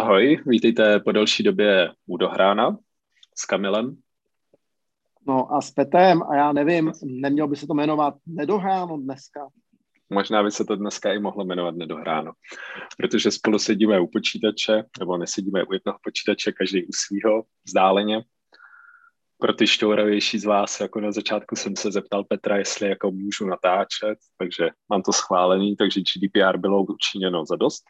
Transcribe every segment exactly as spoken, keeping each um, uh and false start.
Ahoj, vítejte po delší době u Dohrána s Kamilem. No a s Petrem, a já nevím, nemělo by se to jmenovat Nedohráno dneska? Možná by se to dneska i mohlo jmenovat Nedohráno, protože spolu sedíme u počítače, nebo nesedíme u jednoho počítače, každý u svýho, vzdáleně. Pro ty šťouravější z vás, jako na začátku jsem se zeptal Petra, jestli jako můžu natáčet, takže mám to schválený, takže G D P R bylo učiněno za dost.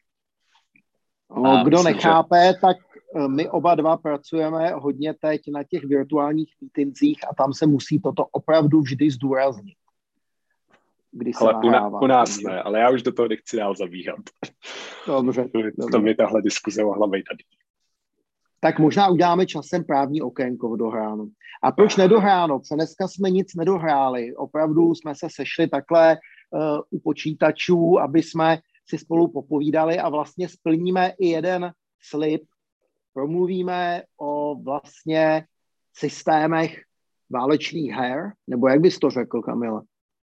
No, kdo myslím, nechápe, že... tak my oba dva pracujeme hodně teď na těch virtuálních meetingsích a tam se musí toto opravdu vždy zdůraznit. Když se ale nahrává, u, na, u nás takže... ne, ale já už do toho nechci dál zabíhat. Dobře, to, dobře. To by tahle diskuze mohla být tady. Tak možná uděláme časem právní okénko v Dohránu. A proč Nedohráno? Co dneska jsme nic nedohráli. Opravdu jsme se sešli takhle uh, u počítačů, aby jsme si spolu popovídali a vlastně splníme i jeden slib. Promluvíme o vlastně systémech válečných her, nebo jak bys to řekl, Kamile?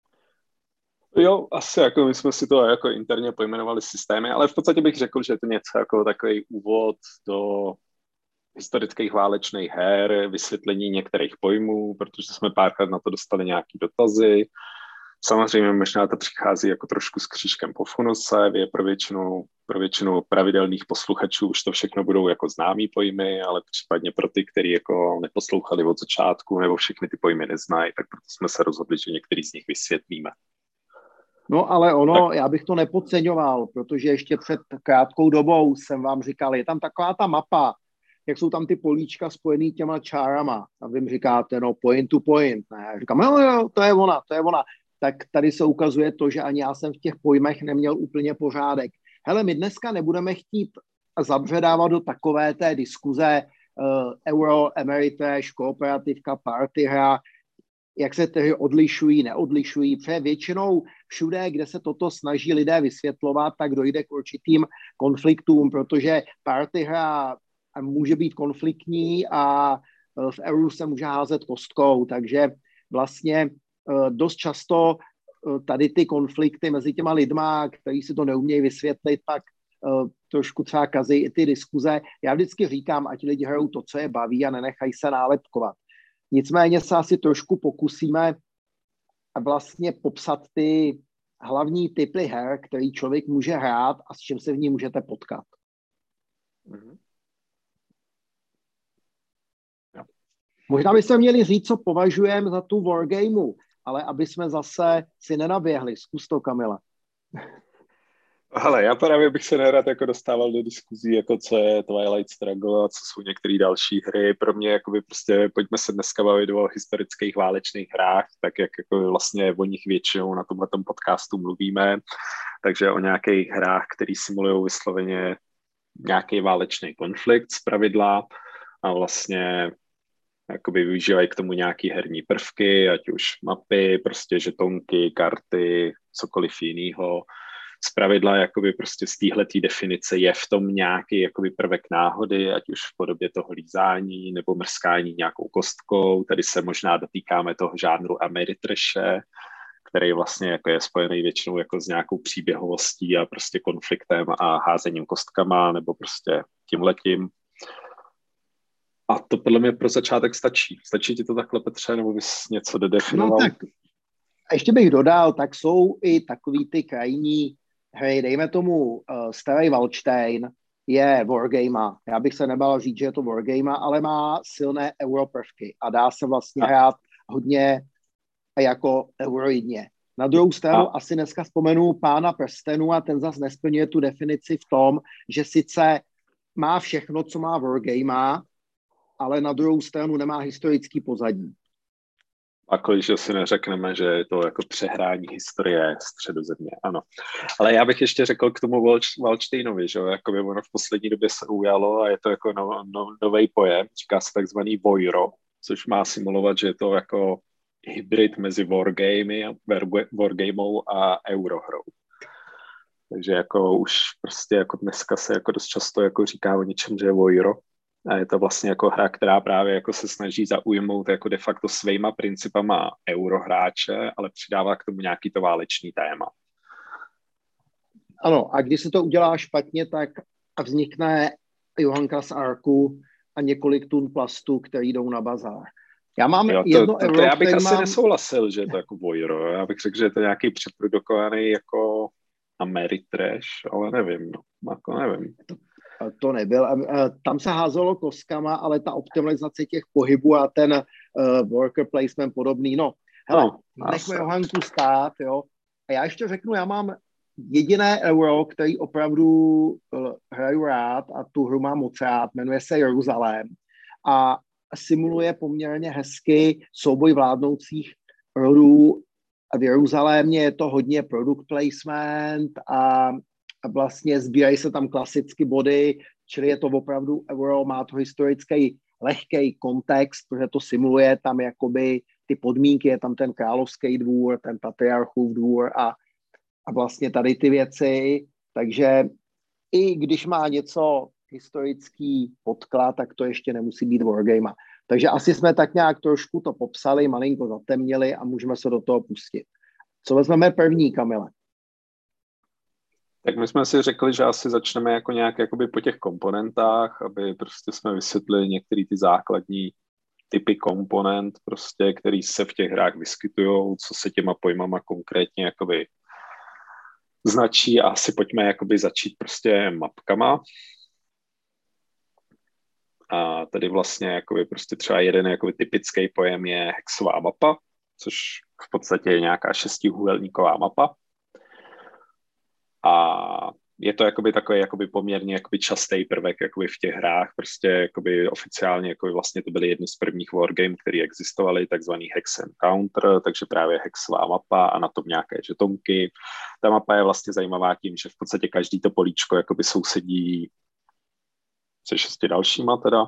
Jo, asi jako my jsme si to jako interně pojmenovali systémy, ale v podstatě bych řekl, že je to něco jako takový úvod do historických válečných her, vysvětlení některých pojmů, protože jsme párkrát na to dostali nějaký dotazy. Samozřejmě možná to přichází jako trošku s křížkem po funuse, je pro většinu, pro většinu pravidelných posluchačů už to všechno budou jako známý pojmy, ale případně pro ty, kteří jako neposlouchali od začátku nebo všechny ty pojmy neznají, tak proto jsme se rozhodli, že některý z nich vysvětlíme. No ale ono, tak. Já bych to nepodceňoval, protože ještě před krátkou dobou jsem vám říkal, je tam taková ta mapa, jak jsou tam ty políčka spojený těma čárama. A vy mi říkáte, no point to point. Ne? Já říkám, no jo, to je ona, to je ona. Tak tady se ukazuje to, že ani já jsem v těch pojmech neměl úplně pořádek. Hele, my dneska nebudeme chtít zabředávat do takové té diskuze uh, euro, Ameritrash, kooperativka, party hra, jak se tedy odlišují, neodlišují, protože většinou všude, kde se toto snaží lidé vysvětlovat, tak dojde k určitým konfliktům, protože party hra může být konfliktní a v euru se může házet kostkou, takže vlastně dost často tady ty konflikty mezi těma lidma, kteří si to neumějí vysvětlit, tak trošku třeba kazí i ty diskuze. Já vždycky říkám, ať lidi hrajou to, co je baví a nenechají se nálepkovat. Nicméně se asi trošku pokusíme vlastně popsat ty hlavní typy her, který člověk může hrát a s čím se v ní můžete potkat. Mm-hmm. Možná bychom měli říct, co považujeme za tu wargameu, ale aby jsme zase si nenaběhli. Zkus to, Kamila. Hele, já právě bych se nerad jako dostával do diskuzí, jako co je Twilight Struggle a co jsou některé další hry. Pro mě jakoby prostě pojďme se dneska bavit o historických válečných hrách, tak jak jako vlastně o nich většinou na tomhletom podcastu mluvíme. Takže o nějakých hrách, které simulují vysloveně nějaký válečný konflikt zpravidla a vlastně jakoby využívají k tomu nějaký herní prvky, ať už mapy, prostě žetonky, karty, cokoliv jiného. Zpravidla jakoby prostě z téhletý definice je v tom nějaký jakoby prvek náhody, ať už v podobě toho lízání nebo mrskání nějakou kostkou. Tady se možná dotýkáme toho žánru Ameritrashe, který vlastně jako je spojený většinou jako s nějakou příběhovostí a prostě konfliktem a házením kostkama nebo prostě tímhletím. A to podle mě pro začátek stačí. Stačí ti to takhle, Petře, nebo bys něco dodefinoval? No tak, a ještě bych dodal, tak jsou i takový ty krajní hry, dejme tomu uh, starý Waldstein je wargame. Já bych se nebál říct, že je to wargame, ale má silné europrvky a dá se vlastně a. hrát hodně jako euroidně. Na druhou stranu a. asi dneska vzpomenu Pána prstenů a ten zas nesplňuje tu definici v tom, že sice má všechno, co má wargame, ale na druhou stranu nemá historický pozadí. A když si neřekneme, že je to jako přehrání historie Středozemě, ano. Ale já bych ještě řekl k tomu Waldsteinovi, že jakoby ono v poslední době se ujalo a je to jako no, no, nový pojem, říká se takzvaný Voiro, což má simulovat, že je to jako hybrid mezi wargamey, wargamou a eurohrou. Takže jako už prostě jako dneska se jako dost často jako říká o něčem, že je Voiro. A je to vlastně jako hra, která právě jako se snaží zaujmout jako de facto svýma principama eurohráče, ale přidává k tomu nějaký to válečný téma. Ano, a když se to udělá špatně, tak vznikne Johanka z Arku a několik tun plastu, který jdou na bazár. Já mám jo, to, jedno to, to, euro, to já bych asi mám... nesouhlasil, že je to jako vojro. Já bych řekl, že je to nějaký přeprodukovaný jako Ameritrash, ale nevím, no, jako nevím. To, to nebyl. Tam se házelo koskama, ale ta optimalizace těch pohybů a ten uh, worker placement podobný. No, hele, no, nechme Johanku stát, jo. A já ještě řeknu, já mám jediné euro, který opravdu uh, hraju rád a tu hru mám moc rád, jmenuje se Jeruzalém a simuluje poměrně hezky souboj vládnoucích rodů. A v Jeruzalémě je to hodně product placement a, a vlastně sbírají se tam klasicky body, čili je to opravdu euro, má to historický lehký kontext, protože to simuluje tam jakoby ty podmínky, je tam ten královský dvůr, ten patriarchův dvůr a, a vlastně tady ty věci, takže i když má něco historický podklad, tak to ještě nemusí být wargame. Takže asi jsme tak nějak trošku to popsali, malinko zatemnili a můžeme se do toho pustit. Co vezmeme první, Kamile? Tak my jsme si řekli, že asi začneme jako nějak jakoby po těch komponentách, aby prostě jsme vysvětlili některé ty základní typy komponent, prostě, který se v těch hrách vyskytují, co se těma pojmama konkrétně jakoby značí a asi pojďme jakoby začít prostě mapkama. A tady vlastně jakoby prostě třeba jeden jakoby typický pojem je hexová mapa, což v podstatě je nějaká šestiúhelníková mapa. A je to jakoby takový jakoby poměrně jakoby častý prvek jakoby v těch hrách, prostě jakoby oficiálně jakoby vlastně to byly jedny z prvních wargame, které existovaly, takzvaný Hex Encounter, takže právě hexová mapa a na tom nějaké žetonky. Ta mapa je vlastně zajímavá tím, že v podstatě každý to políčko jakoby sousedí se šesti dalšíma teda.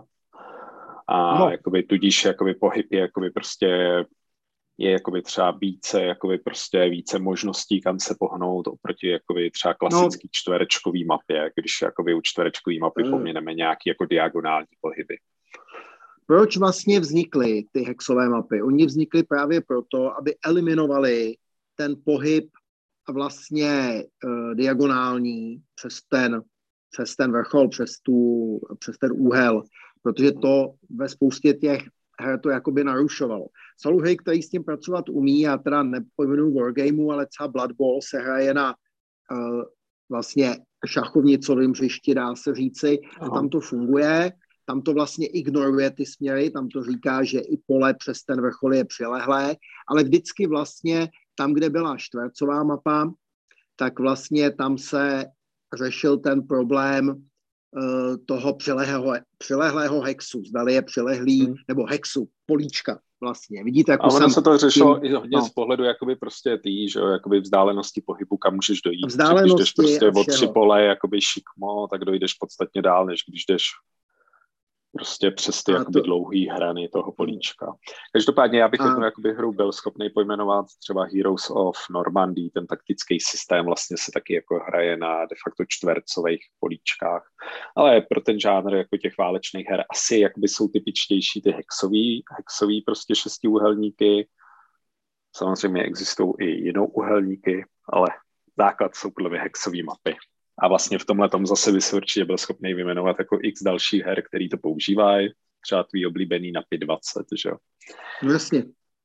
A no. jakoby tudíž jakoby pohyb je jakoby prostě je jakoby třeba více, jakoby prostě více možností, kam se pohnout oproti jakoby třeba klasický no. čtverečkový mapě, když jakoby u čtverečkový mapy hmm. poměneme nějaký jako diagonální pohyby. Proč vlastně vznikly ty hexové mapy? Oni vznikly právě proto, aby eliminovali ten pohyb a vlastně uh, diagonální přes ten přes ten vrchol, přes, tu, přes ten úhel, protože to ve spoustě těch her to jakoby narušovalo. Jsou hry, který s tím pracovat umí, já teda nepojmenuji Wargameu, ale třeba Blood Bowl se hraje na uh, vlastně šachovnicovým hřišti, dá se říci, a tam to funguje, tam to vlastně ignoruje ty směry, tam to říká, že i pole přes ten vrchol je přilehlé, ale vždycky vlastně tam, kde byla čtvercová mapa, tak vlastně tam se řešil ten problém uh, toho přilehlého, přilehlého hexu. Zdali je přilehlý, hmm. nebo hexu, políčka vlastně. Vidíte, jako a ono se to řešilo tím, i hodně no. z pohledu jakoby prostě tý, že jo, jakoby vzdálenosti pohybu, kam můžeš dojít. Vzdálenosti když jdeš prostě o tři pole, jakoby šikmo, tak dojdeš podstatně dál, než když jdeš prostě přes ty jakoby to... dlouhý hrany toho políčka. Každopádně já bych a... jednu jakoby hru byl schopný pojmenovat třeba Heroes of Normandy, ten taktický systém vlastně se taky jako hraje na de facto čtvercových políčkách, ale pro ten žánr jako těch válečných her asi jakoby jsou typičtější ty hexový, hexový prostě šestiúhelníky. Samozřejmě existují i jinouúhelníky, ale základ jsou podle mě hexový mapy. A vlastně v tomhle tom zase by se určitě byl schopný vyjmenovat jako x dalších her, který to používají. Třeba tvý oblíbený na P dvacet, že jo? No jasně.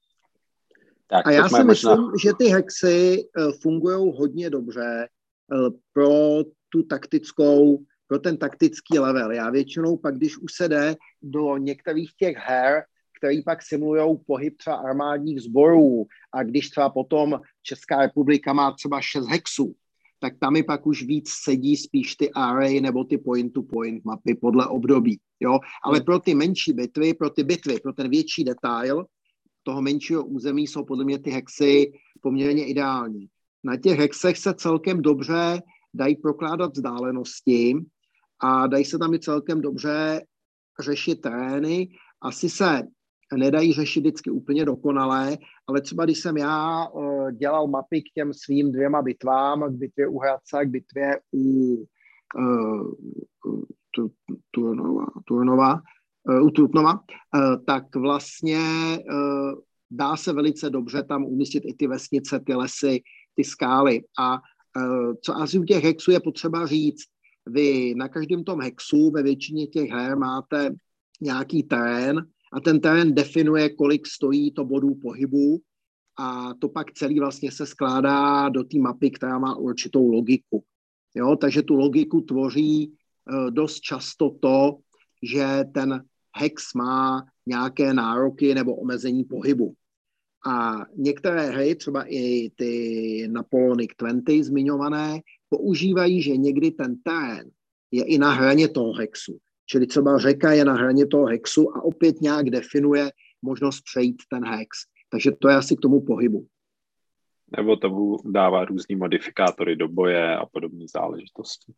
Tak, a já si možná... myslím, že ty hexy uh, fungují hodně dobře uh, pro tu taktickou, pro ten taktický level. Já většinou pak, když už se jde do některých těch her, který pak simulují pohyb třeba armádních sborů a když třeba potom Česká republika má třeba šest hexů, tak tam mi pak už víc sedí spíš ty array nebo ty point-to-point mapy podle období. Jo? Ale pro ty menší bitvy, pro ty bitvy, pro ten větší detail toho menšího území jsou podle mě ty hexy poměrně ideální. Na těch hexech se celkem dobře dají prokládat vzdálenosti a dají se tam i celkem dobře řešit terény. Asi se nedají řešit vždycky úplně dokonalé, ale třeba když jsem já uh, dělal mapy k těm svým dvěma bitvám, k bitvě u Hradce, k bitvě u uh, tu, Turnova, Turnova, uh, u Trutnova, uh, tak vlastně uh, dá se velice dobře tam umístit i ty vesnice, ty lesy, ty skály. A uh, co asi u těch hexů je potřeba říct, vy na každém tom hexu ve většině těch her máte nějaký terén a ten terén definuje, kolik stojí to bodů pohybu a to pak celý vlastně se skládá do té mapy, která má určitou logiku. Jo? Takže tu logiku tvoří uh, dost často to, že ten hex má nějaké nároky nebo omezení pohybu. A některé hry, třeba i ty Napoleonic dvacet zmiňované, používají, že někdy ten terén je i na hraně toho hexu. Čili třeba řeka je na hraně toho hexu a opět nějak definuje možnost přejít ten hex. Takže to je asi k tomu pohybu. Nebo to dává různý modifikátory do boje a podobné záležitosti.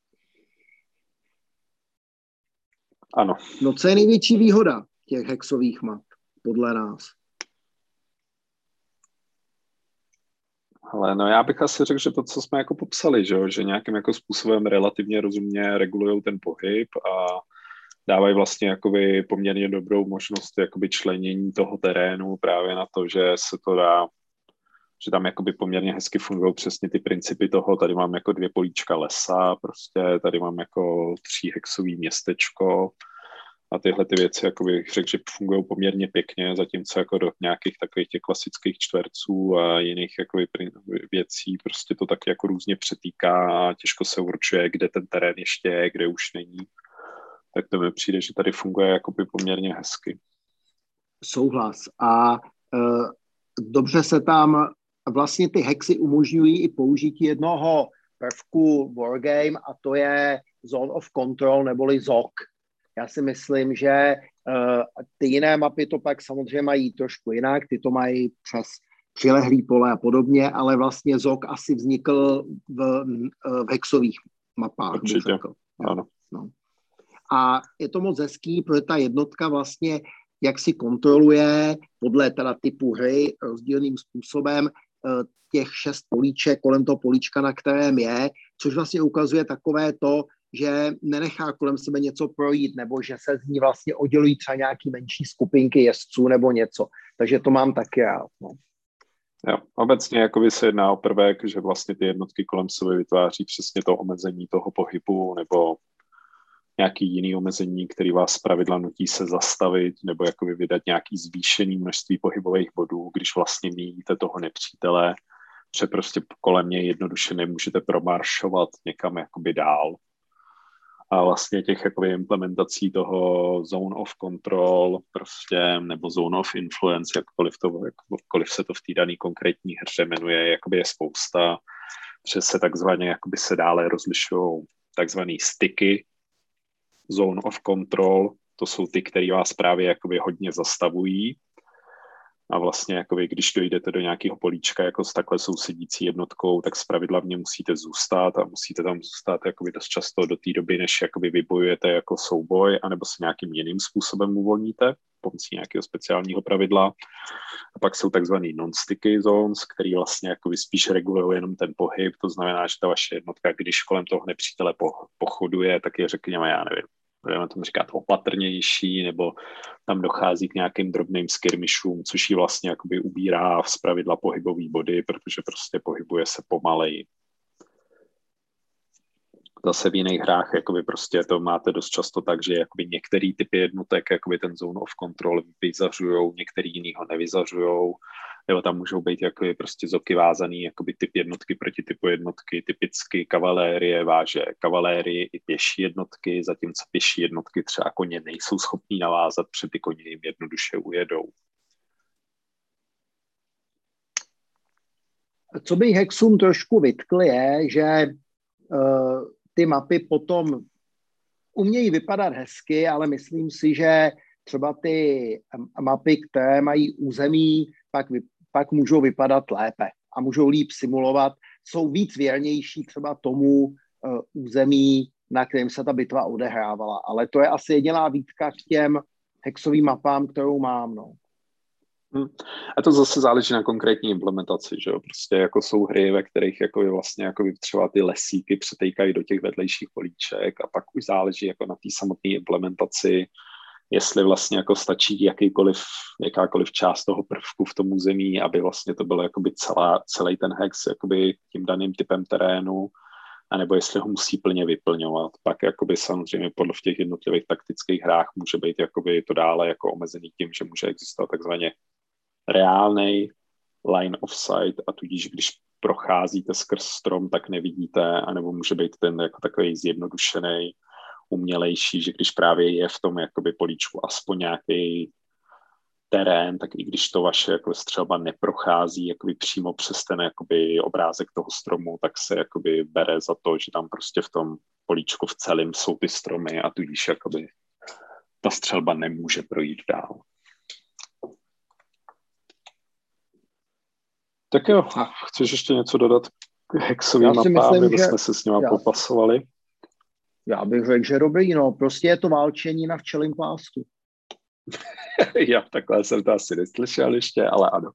Ano. No co je největší výhoda těch hexových map, podle nás? Ale no já bych asi řekl, že to, co jsme jako popsali, že, že nějakým jako způsobem relativně rozumně regulují ten pohyb a dávají vlastně jakoby poměrně dobrou možnost jakoby členění toho terénu právě na to, že se to dá, že tam jakoby poměrně hezky fungují přesně ty principy toho, tady mám jako dvě políčka lesa, prostě tady mám jako tříhexový městečko a tyhle ty věci, jakoby bych řekl, že fungují poměrně pěkně, zatímco jako do nějakých takových těch klasických čtverců a jiných jakoby věcí prostě to tak jako různě přetýká a těžko se určuje, kde ten terén ještě je, kde už není. Tak to mi přijde, že tady funguje jakoby poměrně hezky. Souhlas. A e, dobře se tam vlastně ty hexy umožňují i použití jednoho prvku wargame a to je Zone of Control neboli Z O C. Já si myslím, že uh, ty jiné mapy to pak samozřejmě mají trošku jinak, ty to mají přes přilehlý pole a podobně, ale vlastně Z O C asi vznikl v, v hexových mapách. Určitě, ano. No. A je to moc hezký, protože ta jednotka vlastně jak si kontroluje podle teda typu hry rozdílným způsobem uh, těch šest políček kolem toho políčka, na kterém je, což vlastně ukazuje takové to, že nenechá kolem sebe něco projít, nebo že se z ní vlastně oddělují třeba nějaký menší skupinky jezdců nebo něco. Takže to mám taky rád. No. Jo, obecně jakoby se jedná o prvek, že vlastně ty jednotky kolem sebe vytváří přesně to omezení toho pohybu nebo nějaký jiný omezení, který vás zpravidla nutí se zastavit nebo jakoby vydat nějaký zvýšený množství pohybových bodů, když vlastně míjíte toho nepřítele, že prostě kolem něj jednoduše nemůžete promaršovat někam jakoby dál. A vlastně těch jakoby implementací toho zone of control prostě, nebo zone of influence, jakkoliv, to, jakkoliv se to v té dané konkrétní hře jmenuje, jakoby je spousta, že se takzvaně jakoby se dále rozlišují takzvaný sticky zone of control, to jsou ty, které vás právě jakoby hodně zastavují. A vlastně, jakoby, když dojdete do nějakého políčka jako s takhle sousedící jednotkou, tak zpravidla v něm musíte zůstat a musíte tam zůstat jakoby dost často do té doby, než jakoby vybojujete jako souboj, anebo se nějakým jiným způsobem uvolníte pomocí nějakého speciálního pravidla. A pak jsou takzvaný non-sticky zones, který vlastně jakoby spíš regulují jenom ten pohyb, to znamená, že ta vaše jednotka, když kolem toho nepřítele pochoduje, tak je řekněme, já nevím, budeme tomu říkat opatrnější, nebo tam dochází k nějakým drobným skirmishům, což ji vlastně jakoby ubírá zpravidla pohybový body, protože prostě pohybuje se pomaleji. Zase v jiných hrách jakoby prostě to máte dost často tak, že jakoby některý typy jednotek jakoby ten zone of control vyzařujou, některý jiný ho nevyzařujou, nebo tam můžou být jakoby prostě zoky vázaný jakoby typ jednotky proti typu jednotky, typicky kavalérie váže kavalérii i pěší jednotky, zatímco pěší jednotky třeba koně nejsou schopní navázat, protože ty koně jim jednoduše ujedou. Co bych hexům trošku vytkl je, že uh, ty mapy potom umějí vypadat hezky, ale myslím si, že třeba ty mapy, které mají území, pak, vy, pak můžou vypadat lépe a můžou líp simulovat, jsou víc věrnější třeba tomu uh, území, na kterém se ta bitva odehrávala. Ale to je asi jediná výtka k těm hexovým mapám, kterou mám. No. Hmm. A to zase záleží na konkrétní implementaci, že jo? Prostě jako jsou hry, ve kterých jako vlastně jako třeba ty lesíky přetejkají do těch vedlejších políček a pak už záleží jako na té samotné implementaci, jestli vlastně jako stačí jakýkoliv, jakákoliv část toho prvku v tom území, aby vlastně to bylo jakoby celá, celý ten hex jakoby tím daným typem terénu, anebo jestli ho musí plně vyplňovat. Pak jakoby samozřejmě podle v těch jednotlivých taktických hrách může být jakoby to dále jako omezený tím, že může existovat takzvaně reálnej line of sight a tudíž, když procházíte skrz strom, tak nevidíte, anebo může být ten jako takový zjednodušený, umělejší, že když právě je v tom jakoby políčku aspoň nějaký terén, tak i když to vaše jako střelba neprochází jakoby přímo přes ten jakoby obrázek toho stromu, tak se jakoby bere za to, že tam prostě v tom políčku v celém jsou ty stromy a tudíž jakoby ta střelba nemůže projít dál. Tak jo, chceš ještě něco dodat k hexovým mapám, aby jsme se s nima já, popasovali? Já bych řekl, že dobrý, no, prostě je to válčení na včelím pásku. Já takhle jsem to asi neslyšel ještě, ale ano.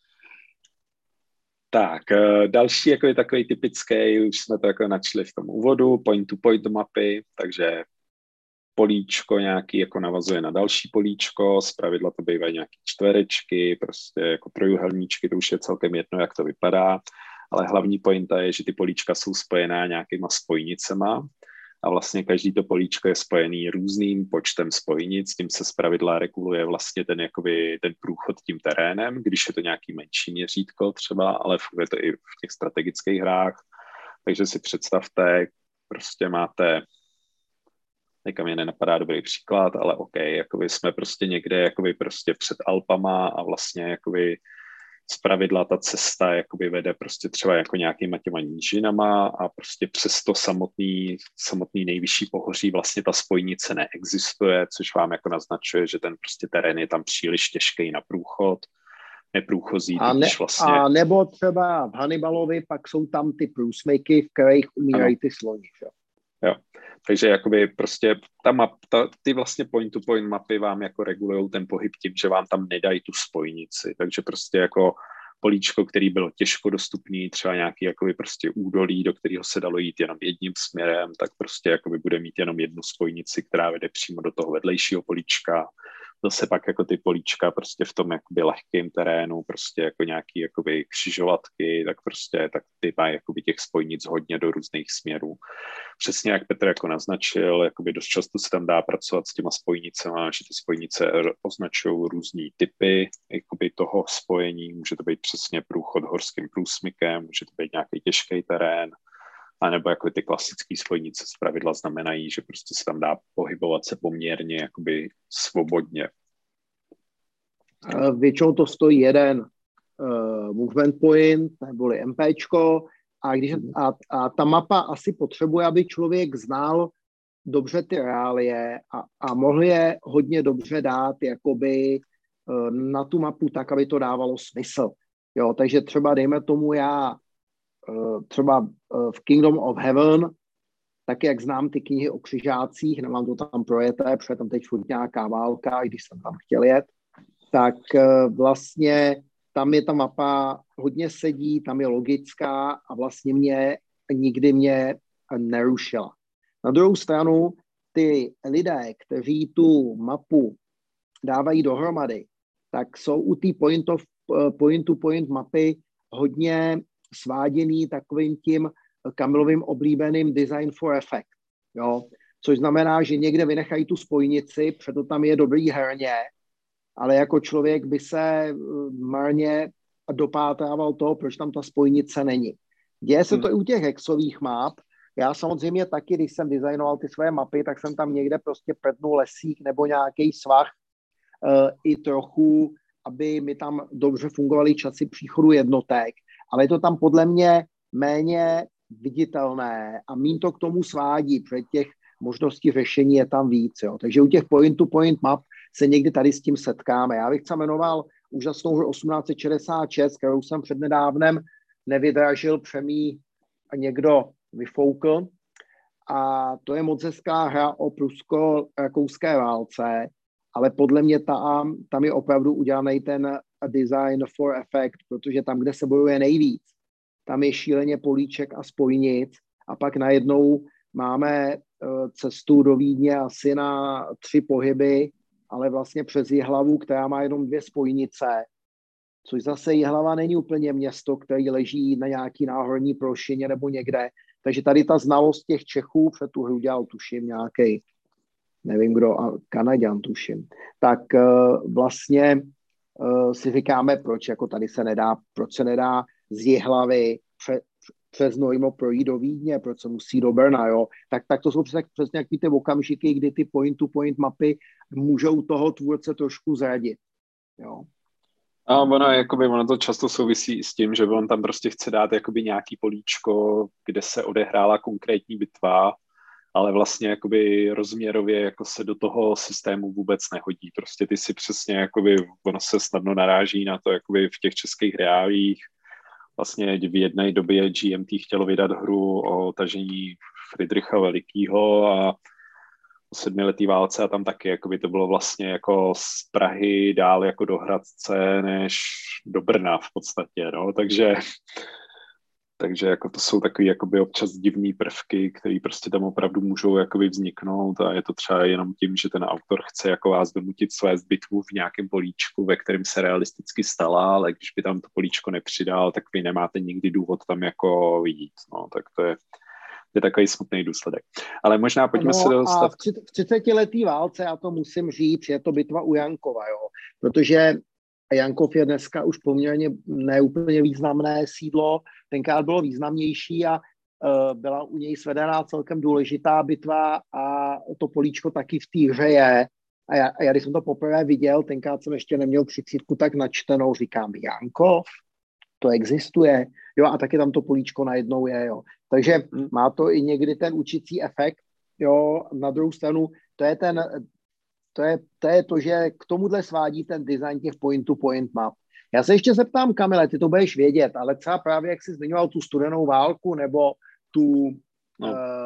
Tak, další jako je takový typický, už jsme to jako načli v tom úvodu, point-to-point mapy, takže políčko nějaký jako navazuje na další políčko, zpravidla to bývají nějaký čtverečky, prostě jako trojuhelníčky, to už je celkem jedno, jak to vypadá, ale hlavní pointa je, že ty políčka jsou spojená nějakýma spojnicema a vlastně každý to políčko je spojený různým počtem spojnic, tím se zpravidla reguluje vlastně ten, jakoby, ten průchod tím terénem, když je to nějaký menší měřítko třeba, ale funguje to i v těch strategických hrách, takže si představte, prostě máte, někam je nenapadá dobrý příklad, ale OK, jakoby jsme prostě někde jakoby prostě před Alpama a vlastně jakoby zpravidla ta cesta jakoby vede prostě třeba jako nějakýma těma nížinama a prostě přes to samotný, samotný nejvyšší pohoří vlastně ta spojnice neexistuje, což vám jako naznačuje, že ten prostě terén je tam příliš těžký na průchod, neprůchozí, a, ne, vlastně... a nebo třeba v Hannibalovi pak jsou tam ty průsmyky, v kterých umírají ty sloni, že? Jo, takže jakoby prostě ta map, ta, ty vlastně point-to-point mapy vám jako regulujou ten pohyb tím, že vám tam nedají tu spojnici, takže prostě jako políčko, který bylo těžko dostupný, třeba nějaký jakoby prostě údolí, do kterého se dalo jít jenom jedním směrem, tak prostě jakoby bude mít jenom jednu spojnici, která vede přímo do toho vedlejšího políčka. Zase pak jako ty políčka prostě v tom jakoby lehkém terénu, prostě jako nějaký jakoby křižovatky, tak prostě tak ty mají jakoby těch spojnic hodně do různých směrů. Přesně jak Petr jako naznačil, jakoby dost často se tam dá pracovat s těma spojnicemi, že ty spojnice označují různý typy jakoby toho spojení, může to být přesně průchod horským průsmykem, může to být nějaký těžký terén, anebo jako ty klasické spojnice zpravidla znamenají, že prostě se tam dá pohybovat se poměrně jakoby svobodně. Většinou to stojí jeden uh, movement point, neboli MPčko, a, když, a, a ta mapa asi potřebuje, aby člověk znal dobře ty reálie a, a mohl je hodně dobře dát jakoby uh, na tu mapu tak, aby to dávalo smysl. Jo, takže třeba dejme tomu já třeba v Kingdom of Heaven, tak jak znám ty knihy o křižácích, nemám to tam projeté, protože tam teď furt nějaká válka, i když jsem tam chtěl jet, tak vlastně tam je ta mapa hodně sedí, tam je logická a vlastně mě nikdy mě nerušila. Na druhou stranu ty lidé, kteří tu mapu dávají dohromady, tak jsou u té point of, point to point mapy hodně sváděný takovým tím Kamilovým oblíbeným design for effect, jo? Což znamená, že někde vynechají tu spojnici, proto tam je dobrý herně, ale jako člověk by se marně dopátrával toho, proč tam ta spojnice není. Děje se to hmm. i u těch hexových map. Já samozřejmě taky, když jsem designoval ty své mapy, tak jsem tam někde prostě prdnul lesík nebo nějaký svah uh, i trochu, aby mi tam dobře fungovaly časy příchodu jednotek. Ale je to tam podle mě méně viditelné a míň to k tomu svádí, protože těch možností řešení je tam víc. Jo. Takže u těch point-to-point map se někdy tady s tím setkáme. Já bych se jmenoval úžasnou hru osmnáct set šedesát šest, kterou jsem přednedávnem nevydražil, přemý a někdo vyfoukl. A to je moc hezká hra o prusko-rakouské válce, ale podle mě tam, tam je opravdu udělaný ten design for effect, protože tam, kde se bojuje nejvíc, tam je šíleně políček a spojnic a pak najednou máme cestu do Vídně asi na tři pohyby, ale vlastně přes Jihlavu, která má jenom dvě spojnice, což zase Jihlava není úplně město, který leží na nějaký náhorní plošině nebo někde. Takže tady ta znalost těch Čechů, před tu hru dělal, tuším, nějaký, nevím kdo, Kanaďan, tuším, tak uh, vlastně uh, si říkáme, proč jako tady se nedá, proč se nedá z Jihlavy pře, přes Nojmo projít do Vídně, proč se musí do Brna, jo. Tak, tak to jsou přesně, přesně jak ty okamžiky, kdy ty point-to-point mapy můžou toho tvůrce trošku zradit, jo. A ono, jakoby, ono to často souvisí i s tím, že on tam prostě chce dát jakoby nějaký políčko, kde se odehrála konkrétní bitva, ale vlastně jakoby rozměrově jako se do toho systému vůbec nehodí. Prostě ty si přesně, jakoby, ono se snadno naráží na to jakoby v těch českých reálích. Vlastně v jedné době G M T chtělo vydat hru o tažení Fridricha Velikýho a o sedmiletý válce a tam taky jakoby to bylo vlastně jako z Prahy dál jako do Hradce než do Brna v podstatě, no, takže takže jako to jsou takový jakoby občas divný prvky, které prostě tam opravdu můžou jakoby vzniknout a je to třeba jenom tím, že ten autor chce jako vás donutit svést bitvu v nějakém políčku, ve kterém se realisticky stala, ale když by tam to políčko nepřidal, tak vy nemáte nikdy důvod tam jako jít, no, tak to je je takový smutný důsledek. Ale možná pojďme no se dostat... A v třicetiletý válce, já to musím říct, je to bitva u Jankova, jo. Protože Jankov je dneska už poměrně neúplně významné sídlo, tenkrát bylo významnější a uh, byla u něj svedená celkem důležitá bitva a to políčko taky v té hře je. A já, a já, když jsem to poprvé viděl, tenkrát jsem ještě neměl třicítku tak načtenou, říkám, Jankov, to existuje, jo, a taky tam to políčko najednou je, jo. Takže má to i někdy ten učicí efekt, jo, na druhou stranu, to je ten, to je, to je to, že k tomuhle svádí ten design těch point-to-point map. Já se ještě zeptám, Kamile, ty to budeš vědět, ale třeba právě, jak jsi zmiňoval tu studenou válku, nebo tu no.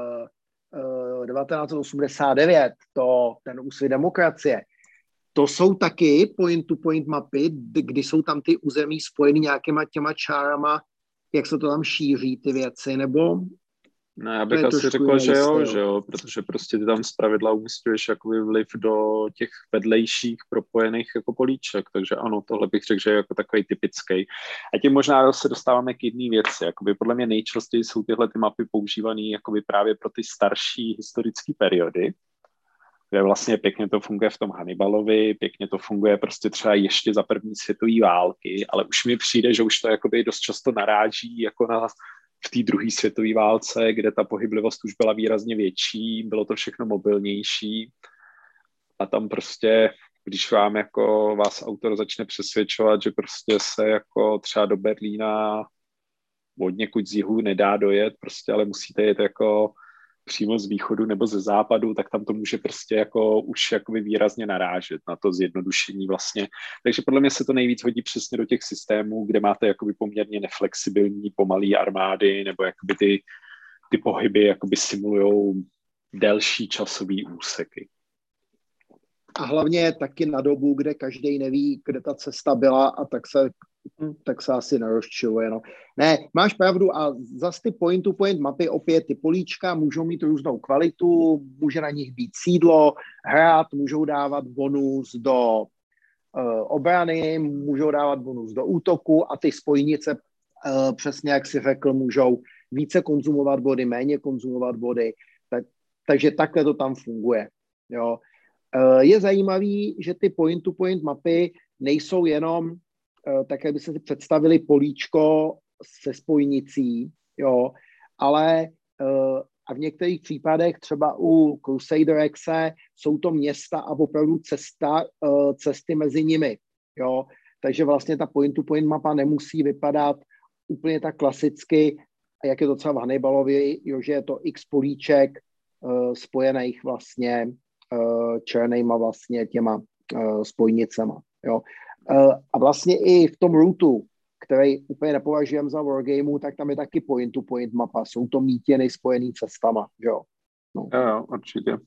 uh, uh, devatenáct osmdesát devět, to, ten úsvit demokracie, to jsou taky point-to-point mapy, kdy jsou tam ty území spojený nějakýma těma čárama, jak se to tam šíří ty věci, nebo... No, já bych asi řekl, že jo, že jo, protože prostě ty tam zpravidla umístuješ jakoby vliv do těch vedlejších propojených jako políček, takže ano, tohle bych řekl, že je jako takový typický. A tím možná se dostáváme k jedné věci, jakoby podle mě nejčastěji jsou tyhle ty mapy používané jakoby právě pro ty starší historické periody, kde vlastně pěkně to funguje v tom Hannibalovi, pěkně to funguje prostě třeba ještě za první světové války, ale už mi přijde, že už to jakoby dost často naráží jako na v té druhé světové válce, kde ta pohyblivost už byla výrazně větší, bylo to všechno mobilnější a tam prostě, když vám jako vás autor začne přesvědčovat, že prostě se jako třeba do Berlína od někud z jihu nedá dojet, prostě, ale musíte jet jako přímo z východu nebo ze západu, tak tam to může prostě jako už jakoby výrazně narážet na to zjednodušení vlastně. Takže podle mě se to nejvíc hodí přesně do těch systémů, kde máte jakoby poměrně neflexibilní, pomalý armády nebo jakoby ty, ty pohyby jakoby simulujou delší časový úseky. A hlavně taky na dobu, kde každý neví, kde ta cesta byla a tak se, tak se asi nerozčiluje. No. Ne, máš pravdu a zase ty point-to-point mapy, opět ty políčka můžou mít různou kvalitu, může na nich být sídlo, hrát, můžou dávat bonus do uh, obrany, můžou dávat bonus do útoku a ty spojnice, uh, přesně jak si řekl, můžou více konzumovat body, méně konzumovat body, tak, takže takhle to tam funguje. Jo. Je zajímavý, že ty point-to-point mapy nejsou jenom, tak jak by se si představili políčko se spojnicí, jo, ale a v některých případech, třeba u Crusader Exe, jsou to města a opravdu cesta, cesty mezi nimi, jo, takže vlastně ta point-to-point mapa nemusí vypadat úplně tak klasicky, jak je to třeba v Hannibalovi, jo, že je to x políček spojených vlastně černýma vlastně těma uh, spojnicema. Jo. Uh, a vlastně i v tom routu, který úplně nepovažujeme za wargameu, tak tam je taky point-to-point mapa. Jsou to mítěny spojený cestama. Jo, no. jo, jo určitě.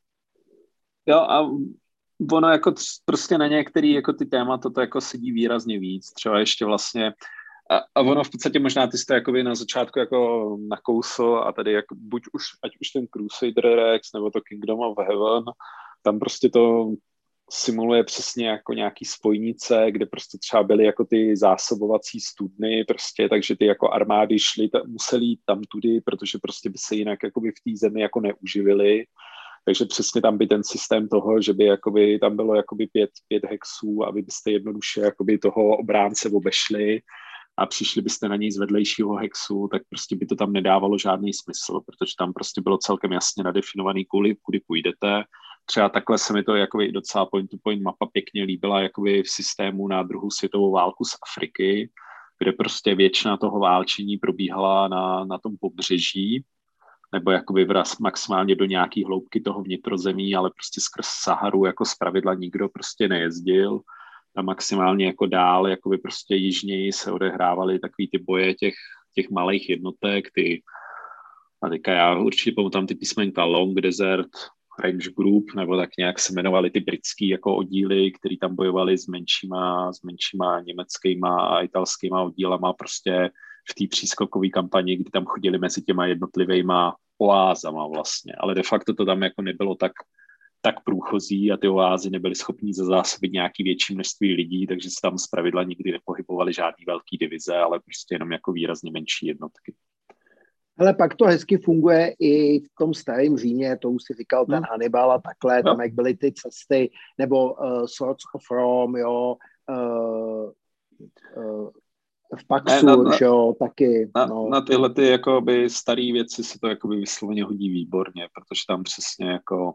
Jo a ono jako prostě na některý jako ty témata to jako sedí výrazně víc. Třeba ještě vlastně a, a ono v podstatě možná ty jste jakoby na začátku jako nakousl a tady jako buď už, ať už ten Crusader Rex nebo to Kingdom of Heaven, tam prostě to simuluje přesně jako nějaký spojnice, kde prostě třeba byly jako ty zásobovací studny, prostě, takže ty jako armády šly, ta, museli jít tam tudy, protože prostě by se jinak jakoby v té zemi jako neuživili. Takže přesně tam by ten systém toho, že by jakoby tam bylo jakoby pět, pět hexů, aby byste jednoduše jakoby toho obránce obešli a přišli byste na něj z vedlejšího hexu, tak prostě by to tam nedávalo žádný smysl, protože tam prostě bylo celkem jasně nadefinovaný, kudy, kudy půjdete. Třeba takhle se mi to jakoby i docela point-to-point mapa pěkně líbila jakoby v systému na druhou světovou válku z Afriky, kde prostě většina toho válčení probíhala na, na tom pobřeží, nebo jakoby vraz maximálně do nějaký hloubky toho vnitrozemí, ale prostě skrz Saharu jako zpravidla nikdo prostě nejezdil. A maximálně jako dál, jakoby prostě jižněji se odehrávaly takový ty boje těch, těch malých jednotek, ty, a teďka já určitě tam ty písmenka Long Desert, Range Group, nebo tak nějak se jmenovaly ty britský jako oddíly, který tam bojovali s menšíma, s menšíma německýma a italskýma oddílama prostě v té přískokové kampani, kdy tam chodili mezi těma jednotlivýma oázama vlastně, ale de facto to tam jako nebylo tak, tak průchozí a ty oázy nebyly schopní zazásobit nějaký větší množství lidí, takže se tam zpravidla nikdy nepohybovaly žádný velký divize, ale prostě jenom jako výrazně menší jednotky. Ale pak to hezky funguje i v tom starém Římě, to už si říkal ten hmm. Hannibal a takhle, no. Tam jak byly ty cesty, nebo uh, Swords of Rome, jo, uh, uh, v Paxu, ne, na, že jo, taky. Na, no. na tyhle ty jakoby staré věci se to jakoby vysloveně hodí výborně, protože tam přesně jako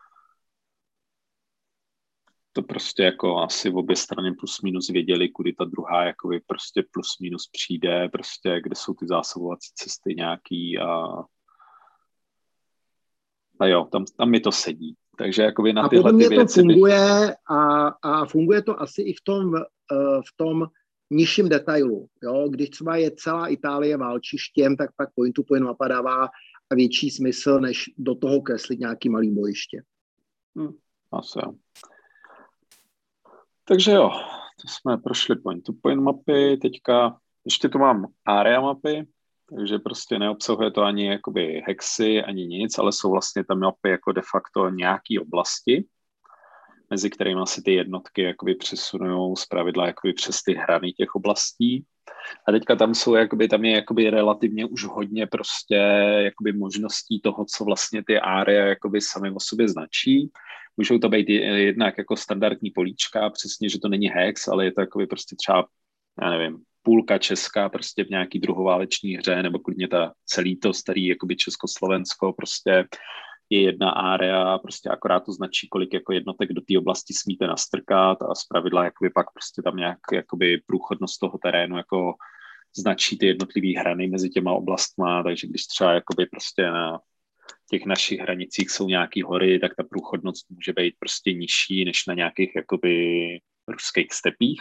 to prostě jako asi v obě strany plus minus věděli, kudy ta druhá jakoby prostě plus minus přijde, prostě kde jsou ty zásobovací cesty nějaký a a jo, tam, tam mi to sedí. Takže jakoby na tyhle ty věci... to funguje a, a funguje to asi i v tom, v tom nižším detailu. Jo? Když třeba je celá Itálie válčištěm, tak pak point to point mapa dává větší smysl, než do toho kreslit nějaký malý bojiště. Hmm, asi jo. Takže jo, to jsme prošli point to point mapy, teďka ještě tu mám area mapy, takže prostě neobsahuje to ani jakoby hexy, ani nic, ale jsou vlastně tam mapy jako de facto nějaký oblasti, mezi kterými se ty jednotky jakoby přesunují zpravidla jakoby přes ty hrany těch oblastí. A teďka tam jsou, jakoby, tam je jakoby relativně už hodně prostě jakoby možností toho, co vlastně ty area jakoby sami o sobě značí. Můžou to být jednak jako standardní políčka, přesně, že to není hex, ale je to jakoby prostě třeba, já nevím, půlka Česka prostě v nějaký druhováleční hře, nebo klidně ta celý to starý jakoby Československo prostě je jedna area, prostě akorát to značí, kolik jako jednotek do té oblasti smíte nastrkat a zpravidla jakoby pak prostě tam nějak jakoby průchodnost toho terénu jako značí ty jednotlivé hrany mezi těma oblastma, takže když třeba jakoby prostě na těch našich hranicích jsou nějaký hory, tak ta průchodnost může být prostě nižší než na nějakých jakoby ruských stepích.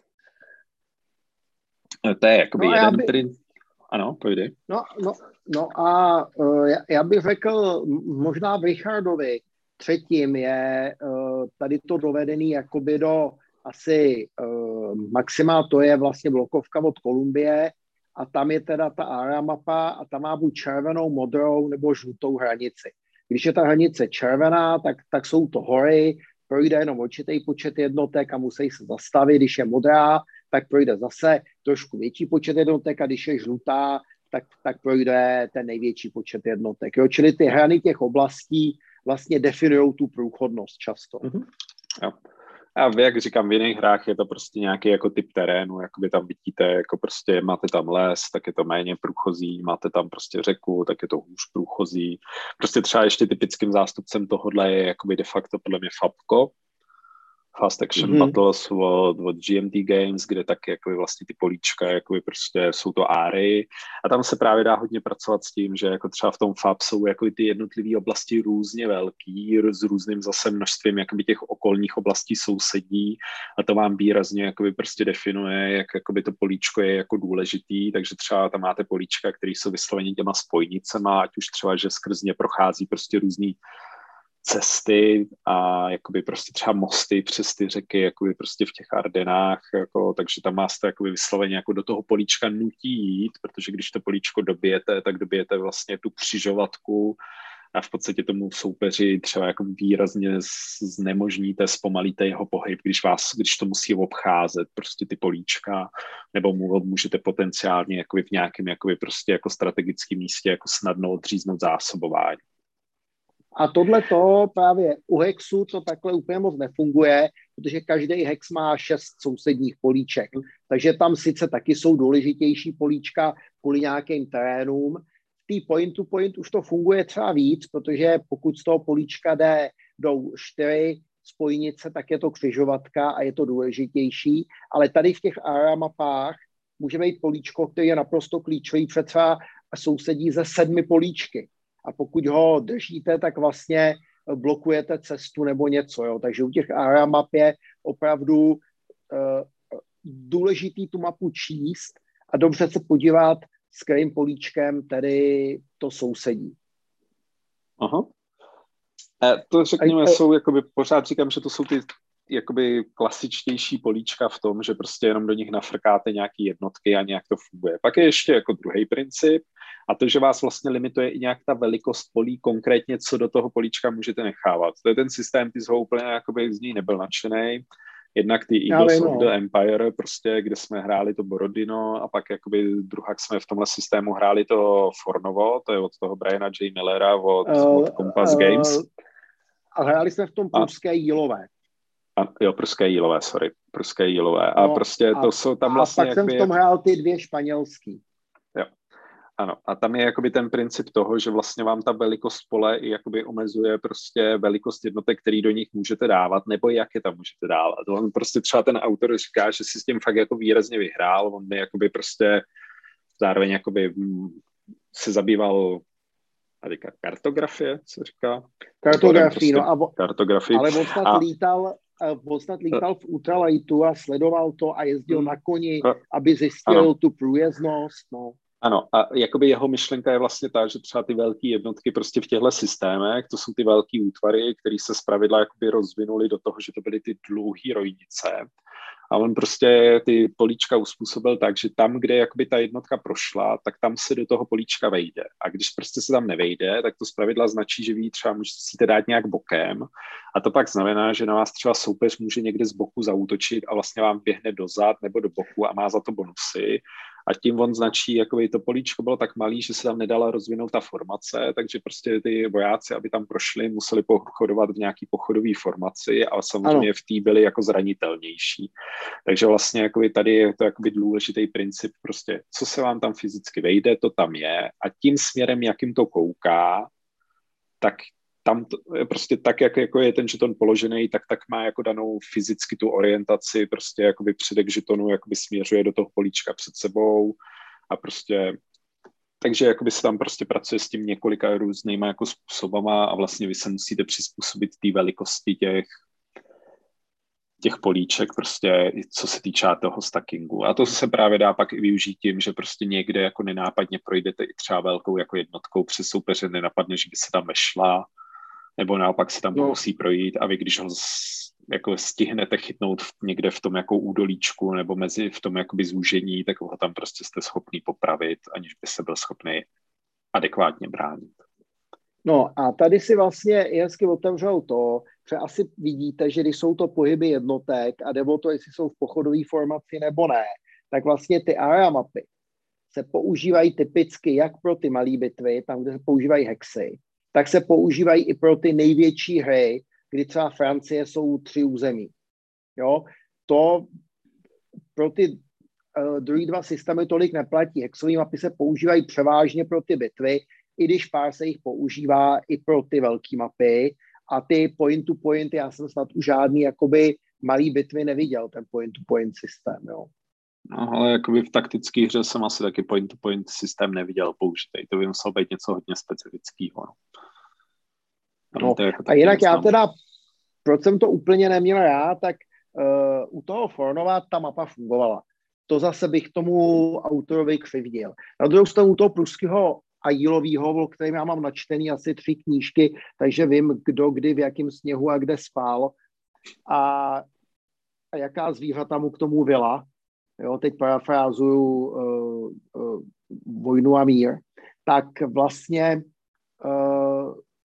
To je jakoby no jeden, by... který... Ano, pojdej. No, no, no a uh, já, já bych řekl, možná v Richardovi třetím je uh, tady to dovedený jakoby do asi uh, maxima, to je vlastně blokovka od Kolumbie a tam je teda ta area mapa a tam má buď červenou, modrou nebo žlutou hranici. Když je ta hranice červená, tak, tak jsou to hory, projde jenom určitý počet jednotek a musí se zastavit. Když je modrá, tak projde zase trošku větší počet jednotek a když je žlutá, tak, tak projde ten největší počet jednotek. Jo? Čili ty hrany těch oblastí vlastně definují tu průchodnost často. Mm-hmm. Jo. A jak říkám, v jiných hrách je to prostě nějaký jako typ terénu, jakoby tam vidíte, jako prostě máte tam les, tak je to méně průchozí, máte tam prostě řeku, tak je to hůř průchozí. Prostě třeba ještě typickým zástupcem tohohle je jakoby de facto podle mě Fabko, Fast Action mm-hmm. Battles od, od G M T Games, kde taky jakoby vlastně ty políčka, jakoby prostě jsou to áry. A tam se právě dá hodně pracovat s tím, že jako třeba v tom Fab jsou jako ty jednotlivé oblasti různě velký, s různým zase množstvím jakoby těch okolních oblastí sousedí a to vám výrazně jakoby prostě definuje, jak jakoby to políčko je jako důležitý, takže třeba tam máte políčka, které jsou vysloveně těma spojnicema, ať už třeba, že skrz ně prochází prostě různý cesty a jakoby prostě třeba mosty přes ty řeky, jakoby prostě v těch Ardenách, jako, takže tam máte jakoby vysloveně jako do toho políčka nutí jít, protože když to políčko dobijete, tak dobijete vlastně tu křižovatku a v podstatě tomu soupeři třeba jako výrazně znemožníte, zpomalíte jeho pohyb, když vás, když to musí obcházet prostě ty políčka, nebo mu můžete potenciálně jakoby v nějakém jakoby prostě jako strategickém místě jako snadno odříznout zásobování. A tohle to právě u hexu to takhle úplně moc nefunguje, protože každý hex má šest sousedních políček. Takže tam sice taky jsou důležitější políčka kvůli nějakým terénům. V té point to point už to funguje třeba víc, protože pokud z toho políčka jde, jdou čtyři spojnice, tak je to křižovatka a je to důležitější. Ale tady v těch area mapách může být políčko, který je naprosto klíčový, protože třeba sousedí ze sedmi políčky. A pokud ho držíte, tak vlastně blokujete cestu nebo něco. Jo? Takže u těch area map je opravdu uh, důležitý tu mapu číst a dobře se podívat, s kterým políčkem tedy to sousedí. Aha. E, to řekněme, a, jsou, jakoby, pořád říkám, že to jsou ty jakoby klasičtější políčka v tom, že prostě jenom do nich nafrkáte nějaký jednotky a nějak to funguje. Pak je ještě jako druhý princip, a to, že vás vlastně limituje i nějak ta velikost polí, konkrétně co do toho políčka můžete nechávat. To je ten systém, ty ho úplně jakoby z ní nebyl nadšenej. Jednak ty Eagles of the Empire, prostě, kde jsme hráli to Borodino a pak jakoby druhak jsme v tomhle systému hráli to Fornovo, to je od toho Briana J. Millera, od, uh, od Compass uh, Games. A hráli jsme v tom pruské jílové. A, jo, pruské jílové, sorry. Pruské jílové. A no, prostě a, to jsou tam vlastně... A pak jsem v tom hrál ty dvě španělský. Jo. Ano, a tam je jakoby ten princip toho, že vlastně vám ta velikost pole i jakoby omezuje prostě velikost jednotek, který do nich můžete dávat, nebo jak je tam můžete dávat. On prostě třeba ten autor říká, že si s tím fakt jako výrazně vyhrál, on mi jakoby prostě zároveň jakoby se zabýval a říká kartografie, co říká? Kartografii, prostě no a kartografii. Ale on snad a... lítal on snad lítal v ultralightu a sledoval to a jezdil hmm. na koni, aby zjistil ano. tu průjezdnost, no. Ano, a jakoby jeho myšlenka je vlastně ta, že třeba ty velké jednotky prostě v těchto systémech, to jsou ty velké útvary, které se zpravidla jakoby rozvinuly do toho, že to byly ty dlouhé rojnice. A on prostě ty políčka uspůsobil tak, že tam, kde jakoby ta jednotka prošla, tak tam se do toho políčka vejde. A když prostě se tam nevejde, tak to zpravidla značí, že vy třeba musíte dát nějak bokem. A to pak znamená, že na vás třeba soupeř může někde z boku zaútočit a vlastně vám běhne dozad nebo do boku a má za to bonusy. A tím on značí, jakoby to políčko bylo tak malý, že se tam nedala rozvinout ta formace, takže prostě ty vojáci, aby tam prošli, museli pochodovat v nějaký pochodové formaci a samozřejmě ano. v té byli jako zranitelnější. Takže vlastně jakoby tady je to jakoby důležitý princip, prostě co se vám tam fyzicky vejde, to tam je a tím směrem, jakým to kouká, tak tam to, prostě tak, jak jako je ten žeton položený, tak tak má jako danou fyzicky tu orientaci, prostě jakoby předek žetonu jakoby směřuje do toho políčka před sebou a prostě takže jakoby se tam prostě pracuje s tím několika různýma jako způsobama a vlastně vy se musíte přizpůsobit té velikosti těch těch políček prostě, co se týče toho stackingu. A to se právě dá pak i využít tím, že prostě někde jako nenápadně projdete i třeba velkou jako jednotkou přes soupeře, nenapadne, že by se tam vešla, nebo naopak se tam no. musí projít a vy, když ho z, jako stihnete chytnout v, někde v tom jako údolíčku nebo mezi v tom jakoby zúžení, tak ho tam prostě jste schopný popravit, aniž by se byl schopný adekvátně bránit. No a tady si vlastně hezky otevřel to, že asi vidíte, že když jsou to pohyby jednotek a jde o to, jestli jsou v pochodové formaci nebo ne, tak vlastně ty area mapy se používají typicky jak pro ty malé bitvy, tam, kde se používají hexy, tak se používají i pro ty největší hry, kdy třeba Francie jsou tři území. Jo? To pro ty uh, druhý dva systémy tolik neplatí. Hexové mapy se používají převážně pro ty bitvy, i když pár se jich používá i pro ty velké mapy a ty point-to-point, já jsem snad už žádný jakoby malý bitvy neviděl, ten point-to-point systém, jo. No, ale jakoby v taktické hře jsem asi taky point-to-point systém neviděl použitej. To by muselo být něco hodně specifického. No. No, jako a jinak já teda, proč jsem to úplně neměl rád, tak uh, u toho Fornova ta mapa fungovala. To zase bych tomu autorovi křivdil. Na druhou stranu u toho pruského a jílovýho, o kterém já mám načtený asi tři knížky, takže vím, kdo kdy v jakém sněhu a kde spal a, a jaká zvířata mu k tomu vila. Jo, teď parafrázuju uh, uh, Vojnu a mír. Tak vlastně uh,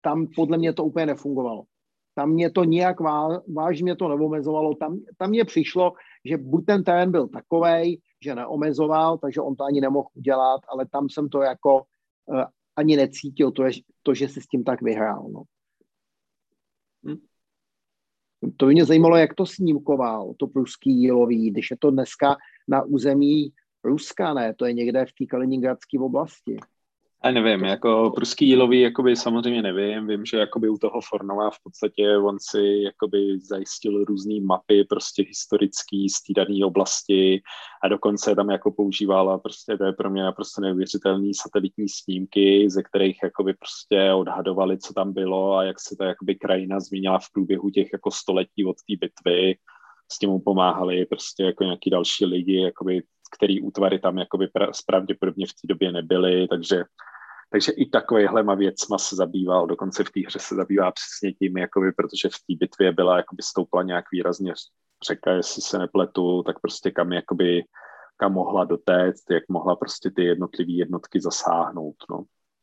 tam podle mě to úplně nefungovalo. Tam mě to nějak vá, vážně to neomezovalo. Tam, tam mě přišlo, že buď ten terén byl takovej, že neomezoval, takže on to ani nemohl udělat, ale tam jsem to jako uh, ani necítil, to, je, to, že si s tím tak vyhrál. No. Hm. To by mě zajímalo, jak to snímkoval, to pruský jílový, když je to dneska na území Ruska, ne? To je někde v té Kaliningradské oblasti. A nevím, jako pruský jílový jakoby samozřejmě nevím, vím, že jakoby u toho Fornova v podstatě on si jakoby zajistil různý mapy prostě historický z té dané oblasti a dokonce tam jako používal a prostě to je pro mě naprosto neuvěřitelný satelitní snímky, ze kterých jakoby prostě odhadovali, co tam bylo a jak se ta jakoby krajina změnila v průběhu těch jako století od té bitvy. S tím mu pomáhali prostě jako nějaký další lidi, jakoby, který útvary tam jakoby pravděpodobně v té době nebyly, takže, takže i takovýhlema věcma se zabýval, dokonce v té hře se zabývá přesně tím, jakoby, protože v té bitvě byla jakoby stoupla nějak výrazně řeka, jestli se nepletu, tak prostě kam jakoby, kam mohla dotéct, jak mohla prostě ty jednotlivé jednotky zasáhnout, no.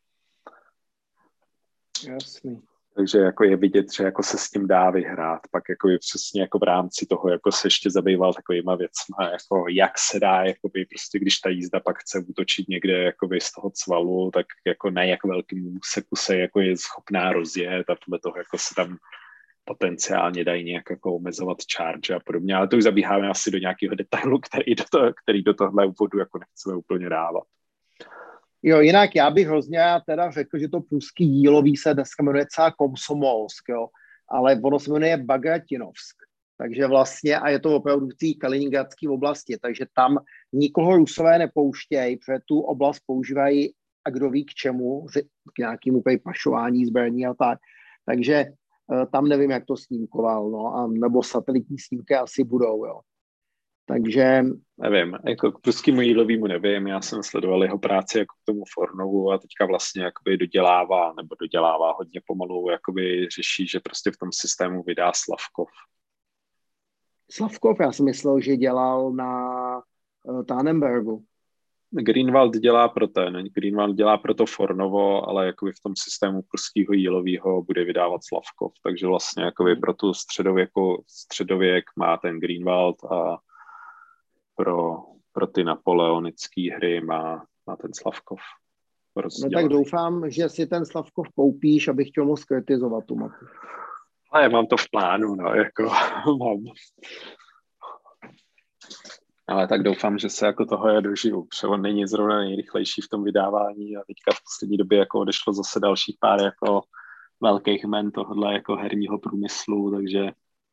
Jasný. Takže jako je vidět, že jako se s tím dá vyhrát. Pak jako je přesně jako v rámci toho jako se ještě zabýval takovýma věcma, jako jak se dá, jakoby prostě když ta jízda pak chce útočit někde jakoby z toho cvalu, tak jako na jak velkým úseku se jako je schopná rozjet a podle toho jako se tam potenciálně dají nějak jako omezovat charge a podobně. Ale to už zabíháme asi do nějakého detailu, který do, toho, který do tohle úvodu jako nechceme úplně dávat. Jo, jinak já bych hrozně teda řekl, že to pruský jílový se dneska jmenuje celá Komsomolsk, jo, ale ono se jmenuje Bagratinovsk. Takže vlastně, a je to opravdu v té Kaliningradské oblasti, takže tam nikoho Rusové nepouštějí, protože tu oblast používají a kdo ví k čemu, k nějakému pašování zbraní a tak. Takže tam nevím, jak to snímkoval, no, a nebo satelitní snímky asi budou, jo. Takže... Nevím, jako k pruskému jílovému nevím, já jsem sledoval jeho práci jako k tomu Fornovu a teďka vlastně jakoby dodělává, nebo dodělává hodně pomalu, jakoby řeší, že prostě v tom systému vydá Slavkov. Slavkov, já jsem myslel, že dělal na uh, Tannenbergu. Greenwald dělá pro ten, Greenwald dělá pro to Fornovo, ale jakoby v tom systému pruského jílového bude vydávat Slavkov, takže vlastně jakoby pro tu středověku, středověk má ten Greenwald a pro, pro ty napoleonické hry má, má ten Slavkov rozdělaný. No tak doufám, že si ten Slavkov koupíš, abych chtěl moc kritizovat tu mapu. Ale mám to v plánu, no, jako mám. Ale tak doufám, že se jako toho já dožiju, protože on není zrovna nejrychlejší v tom vydávání a teďka v poslední době jako odešlo zase dalších pár jako velkých jmen tohohle jako herního průmyslu, takže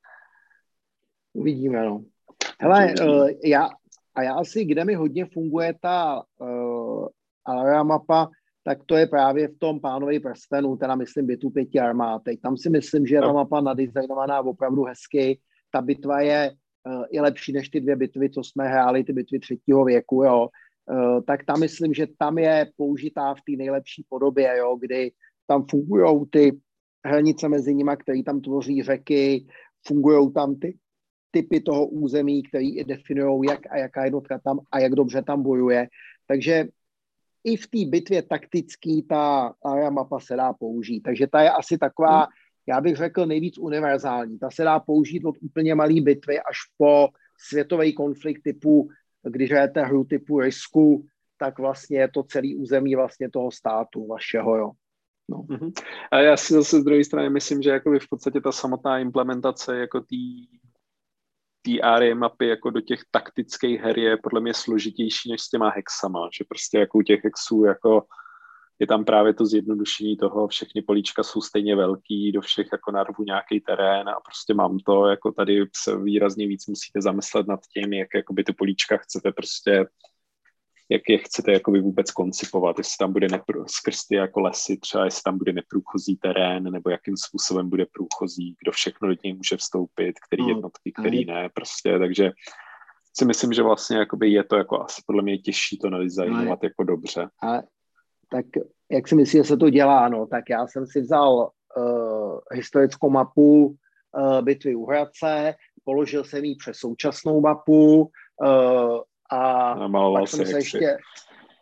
uvidíme, no. Hele, uh, já, a já asi, kde mi hodně funguje ta uh, Alara mapa, tak to je právě v tom Pánovi prstenu, teda myslím bitvu pěti armád. Teď tam si myslím, že je ta mapa nadizajnovaná opravdu hezky. Ta bitva je uh, i lepší než ty dvě bitvy, co jsme hráli, ty bitvy třetího věku, jo. Uh, tak tam myslím, že tam je použitá v té nejlepší podobě, jo, kdy tam fungují ty hranice mezi nimi, které tam tvoří řeky, fungují tam ty typy toho území, který i definují, jak a jaká jednotka tam a jak dobře tam bojuje. Takže i v té bitvě taktický ta area mapa se dá použít. Takže ta je asi taková, já bych řekl, nejvíc univerzální. Ta se dá použít od úplně malé bitvy až po světový konflikt typu, když hrajete hru typu Risku, tak vlastně je to celý území vlastně toho státu vašeho, jo. No. Mm-hmm. A já si zase z druhé strany myslím, že jakoby v podstatě ta samotná implementace jako tý té area mapy jako do těch taktických her je podle mě složitější než s těma hexama, že prostě jako u těch hexů jako je tam právě to zjednodušení toho, všechny políčka jsou stejně velký, do všech jako narvu nějaký terén a prostě mám to, jako tady se výrazně víc musíte zamyslet nad tím, jak jakoby ty políčka chcete prostě, jak je chcete jakoby vůbec koncipovat, jestli tam bude nepr- skrz ty jako lesy, třeba jestli tam bude neprůchozí terén, nebo jakým způsobem bude průchozí, kdo všechno do něj může vstoupit, který jednotky, který ne, prostě, takže si myslím, že vlastně jakoby je to jako asi podle mě těžší to nadizajnovat no, jako dobře. A tak jak si myslíš, že se to dělá, no, tak já jsem si vzal uh, historickou mapu uh, bitvy u Hradce, položil jsem ji přes současnou mapu uh, a maloval pak jsem se ještě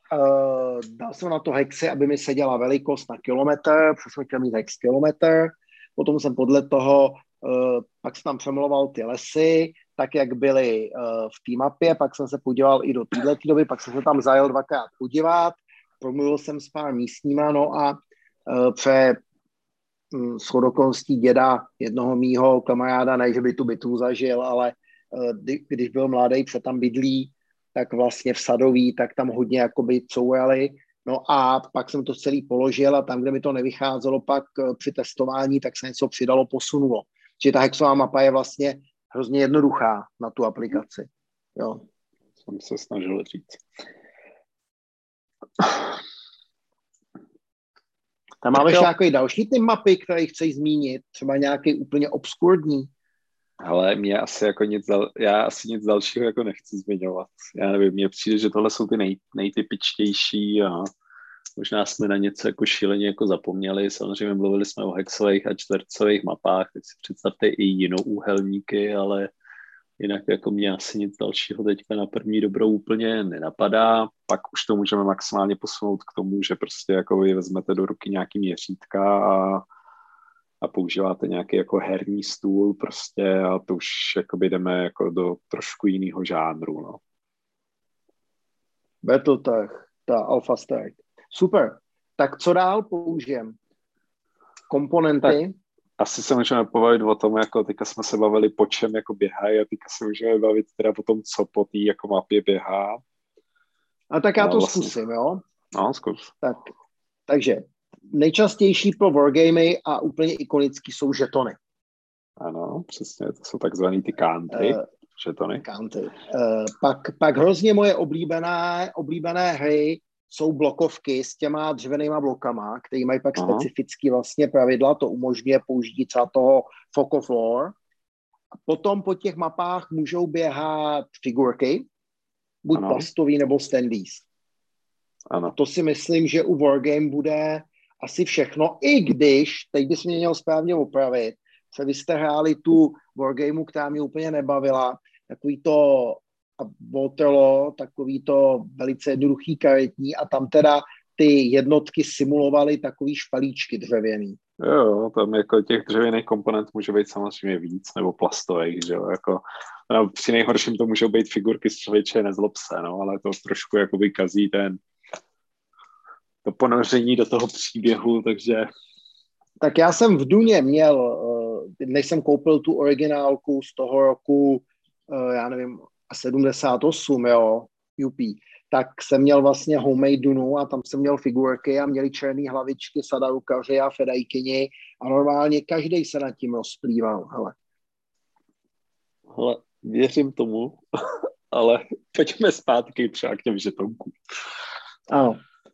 uh, dal jsem na to hexy, aby mi seděla velikost na kilometr, protože jsem chtěl mít hex kilometr, potom jsem podle toho, uh, pak jsem tam přemloval ty lesy, tak jak byly uh, v té mapě, pak jsem se podíval i do téhle doby, pak jsem se tam zajel dvakrát podívat, promluvil jsem s pár místníma, no a uh, pře um, shodou okolností děda jednoho mýho kamaráda, ne, že by tu bitvu zažil, ale uh, kdy, když byl mladý, pře tam bydlí, tak vlastně v Sadový, tak tam hodně jakoby courali. No a pak jsem to celý položil a tam, kde mi to nevycházelo pak při testování, tak se něco přidalo, posunulo. Čiže ta hexová mapa je vlastně hrozně jednoduchá na tu aplikaci. Jo. Jsem se snažil říct. Tam máme ještě nějaký další ty mapy, které chceš zmínit? Třeba nějaký úplně obskurní? Ale mě asi jako nic, já asi nic dalšího jako nechci zmiňovat. Já nevím, mně přijde, že tohle jsou ty nej, nejtypičtější a možná jsme na něco jako šíleně jako zapomněli. Samozřejmě mluvili jsme o hexových a čtvercových mapách, tak si představte i jinouúhelníky, ale jinak jako mě asi nic dalšího teďka na první dobrou úplně nenapadá. Pak už to můžeme maximálně posunout k tomu, že prostě jako vy vezmete do ruky nějaký měřítka a a používáte nějaký jako herní stůl prostě a to už jakoby jdeme jako do trošku jiného žánru, no. Battletech, ta Alpha Strike. Super. Tak co dál použijem? Komponenty? Tak asi se můžeme pobavit o tom, jako teďka jsme se bavili, po čem jako běhají a teďka se můžeme bavit teda o tom, co po té jako mapě běhá. A tak já no, to vlastně. zkusím, jo? No, zkus. Tak, takže nejčastější pro wargamy a úplně ikonický jsou žetony. Ano, přesně, to jsou takzvaný ty country, uh, žetony. Country. Uh, pak, pak hrozně moje oblíbené, oblíbené hry jsou blokovky s těma dřevěnýma blokama, který mají pak uh-huh. specifický vlastně pravidla, to umožňuje použití třeba toho Fog of War. A potom po těch mapách můžou běhat figurky, buď ano. plastový nebo standees. Ano. A to si myslím, že u Wargame bude asi všechno, i když, teď bys mě měl správně opravit, že vy jste hráli tu Wargameu, která mě úplně nebavila, takový to Waterloo, takový to velice jednoduchý karetní a tam teda ty jednotky simulovaly takový špalíčky dřevěný. Jo, tam jako těch dřevěných komponent může být samozřejmě víc, nebo plastových, že jo, jako no, při nejhorším to můžou být figurky z člověče, nezlob se, no, ale to trošku jako vykazí ten to ponoření do toho příběhu, takže... Tak já jsem v Duně měl, než jsem koupil tu originálku z toho roku, já nevím, sedmdesát osm, jo, U P, tak jsem měl vlastně homemade Dunu a tam jsem měl figurky a měli černý hlavičky, sadarukaři a fedajkyni a normálně každej se nad tím rozplýval, hele. Hele, věřím tomu, ale pojďme zpátky třeba k těm žetonkům. Ano.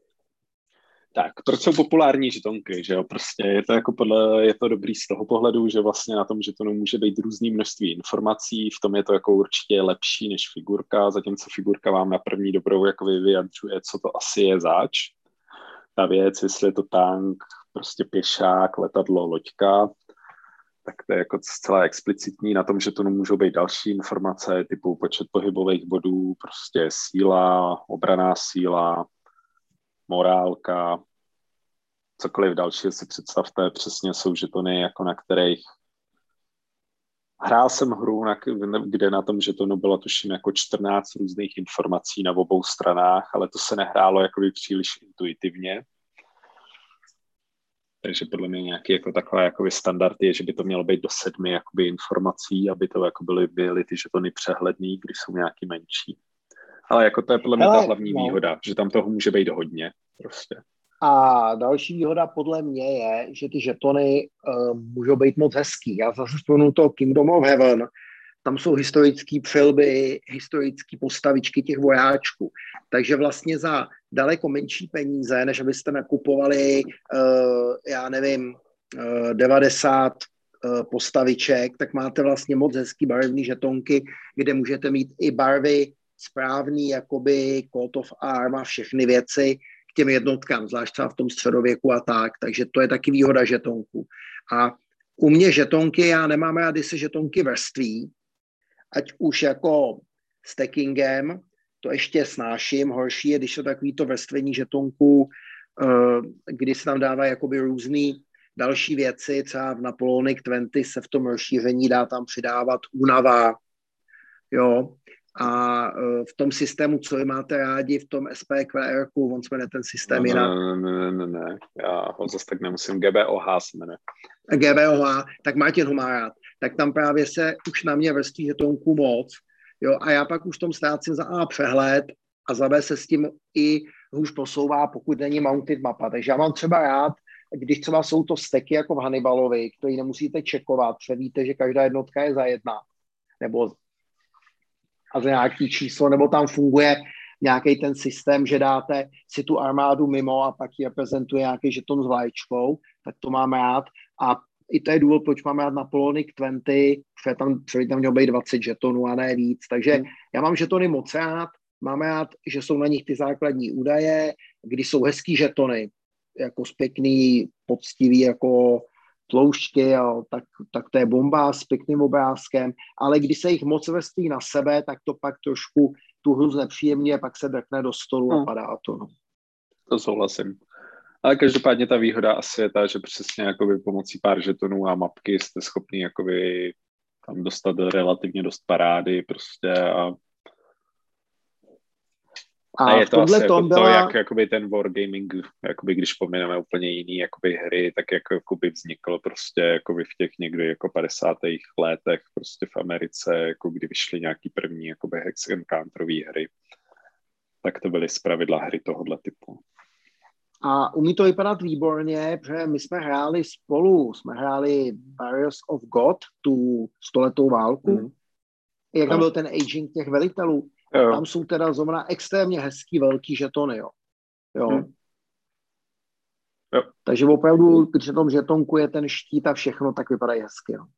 Tak, proč jsou populární žetonky, že jo, prostě je to jako podle, je to dobrý z toho pohledu, že vlastně na tom žetonu může být různý množství informací, v tom je to jako určitě lepší než figurka, zatímco figurka vám na první dobrou jako vyjadřuje, co to asi je zač. Ta věc, jestli je to tank, prostě pěšák, letadlo, loďka, tak to je jako zcela explicitní. Na tom žetonu můžou být další informace, typu počet pohybových bodů, prostě síla, obranná síla, morálka, cokoliv dalšího si představte, přesně jsou žetony, jako na kterých hrál jsem hru, na, kde na tom žetonu bylo tuším jako čtrnáct různých informací na obou stranách, ale to se nehrálo jakoby příliš intuitivně. Takže podle mě nějaký jako takové jakoby standard je, že by to mělo být do sedmi jakoby informací, aby to jako byly, byly ty žetony přehledný, když jsou nějaký menší. Ale jako to je podle mě ta hlavní no. výhoda, že tam toho může být hodně prostě. A další výhoda podle mě je, že ty žetony uh, můžou být moc hezký. Já zase vzpomenu to Kingdom of Heaven, tam jsou historické přilby, historické postavičky těch vojáčků. Takže vlastně za daleko menší peníze, než abyste nakupovali, uh, já nevím, uh, devadesát uh, postaviček, tak máte vlastně moc hezký barevný žetonky, kde můžete mít i barvy správný, jakoby coat of arms a všechny věci k těm jednotkám, zvlášť třeba v tom středověku a tak. Takže to je taky výhoda žetonku. A u mě žetonky, já nemám rád, když se žetonky vrství, ať už jako stackingem, to ještě snáším. Horší je, když je takový to vrstvení žetonků, kdy se tam dávají jakoby různý další věci, třeba v Napoleonic dvacet se v tom rozšíření dá tam přidávat únava, jo, a v tom systému, co vy máte rádi, v tom S P Q R, on se jmenuje ten systém no, jinak. Ne, ne, ne, ne, já ho zase tak nemusím, G B O H se jmenuje. G B O H, tak Martin ho má rád. Tak tam právě se už na mě vrství žetonků moc, jo, a já pak už tom ztrácím za A přehled a za B se s tím i hůř posouvá, pokud není mounted mapa. Takže já mám třeba rád, když třeba jsou to steky jako v Hannibalovi, který nemusíte čekovat, protože víte, že každá jednotka je za jedna, nebo a za nějaký číslo, nebo tam funguje nějaký ten systém, že dáte si tu armádu mimo a pak ji reprezentuje nějaký žeton s vlaječkou, tak to mám rád. A i to je důvod, proč mám rád Napoleonic dvacet, protože tam, protože tam mělo být dvacet žetonů a ne víc. Takže hmm. já mám žetony moc rád, mám rád, že jsou na nich ty základní údaje, kdy jsou hezký žetony, jako pěkný, poctivý, jako tloušťky, jo, tak, tak to je bomba s pěkným obrázkem, ale když se jich moc vrství na sebe, tak to pak trošku tu hru znepříjemně, pak se drkne do stolu a padá to. No. To souhlasím. Ale každopádně ta výhoda asi je ta, že přesně jakoby pomocí pár žetonů a mapky jste schopni jakoby tam dostat relativně dost parády prostě a A, a je to asi jako byla... to, jak jakoby ten wargaming, jakoby když pomineme úplně jiný jakoby hry, tak jako, jakoby vznikl prostě jakoby v těch někdy jako padesátých letech prostě v Americe, jako kdy vyšly nějaký první jakoby hex encounterové hry, tak to byly zpravidla hry tohohle typu. A umí to vypadat výborně, protože my jsme hráli spolu, jsme hráli Warriors of God, tu stoletou válku, mm. jak tam byl ten aging těch velitelů. Jo. Tam jsou teda zrovna extrémně hezký velký žetony, jo. Jo. Hmm. jo. Takže opravdu, když na tom žetonku je ten štít a všechno, tak vypadají hezky, jo.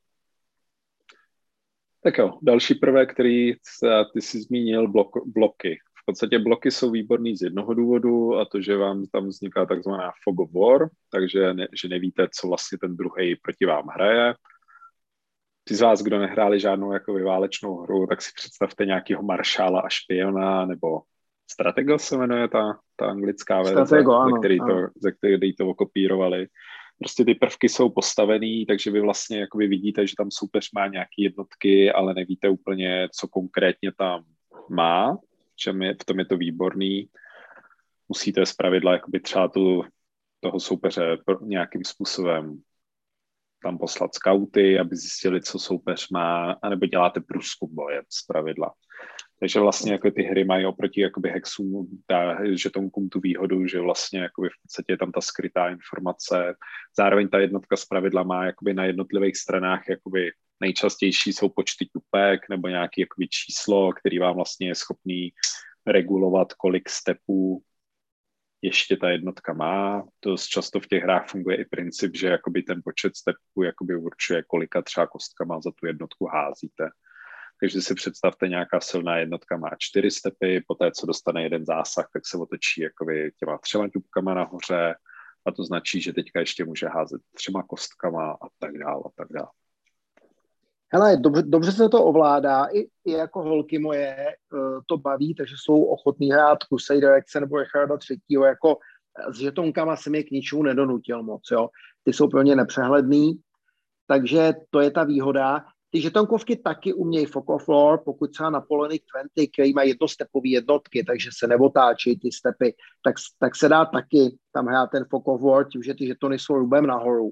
Tak jo, další prvek, který ty jsi zmínil, blok, bloky. V podstatě bloky jsou výborný z jednoho důvodu a to, že vám tam vzniká takzvaná fog of war, takže ne, že nevíte, co vlastně ten druhej proti vám hraje. Ty z vás, kdo nehráli žádnou jako válečnou hru, tak si představte nějakého maršála a špiona, nebo Stratego se jmenuje ta, ta anglická verze, Stratego, ze, který ano. to, ze který to okopírovali. Prostě ty prvky jsou postavený, takže vy vlastně jakoby vidíte, že tam soupeř má nějaké jednotky, ale nevíte úplně, co konkrétně tam má, v čem je, v tom je to výborný. Musíte zpravidla jakoby třeba tu, toho soupeře nějakým způsobem tam poslat skauty, aby zjistili, co soupeř má, anebo děláte průzkum boje zpravidla. Takže vlastně jako ty hry mají oproti jakoby hexům, žetonkům tu výhodu, že vlastně jakoby v podstatě je tam ta skrytá informace. Zároveň ta jednotka zpravidla má jakoby na jednotlivých stranách jakoby nejčastější jsou počty tupek nebo nějaké jakoby číslo, který vám vlastně je schopný regulovat, kolik stepů ještě ta jednotka má. To často v těch hrách funguje i princip, že jakoby ten počet stepů jakoby určuje, kolika třeba kostkama za tu jednotku házíte. Takže si představte, nějaká silná jednotka má čtyři stepy, poté co dostane jeden zásah, tak se otočí jakoby těma třema tubkama nahoře a to značí, že teďka ještě může házet třema kostkama a tak dál a tak dál. Hele, dobře, dobře se to ovládá, I, i jako holky moje uh, to baví, takže jsou ochotný hrát Crusader X nebo Richarda třetího, jako s žetonkama jsem je k ničemu nedonutil moc, jo. Ty jsou pro ně nepřehledný, takže to je ta výhoda. Ty žetonkovky taky umějí Fog of War, pokud třeba Napoleonic dvacet, který má jednostepové jednotky, takže se neotáčí ty stepy, tak, tak se dá taky tam hrát ten Fog of War, tím, že ty žetony jsou rubem nahoru.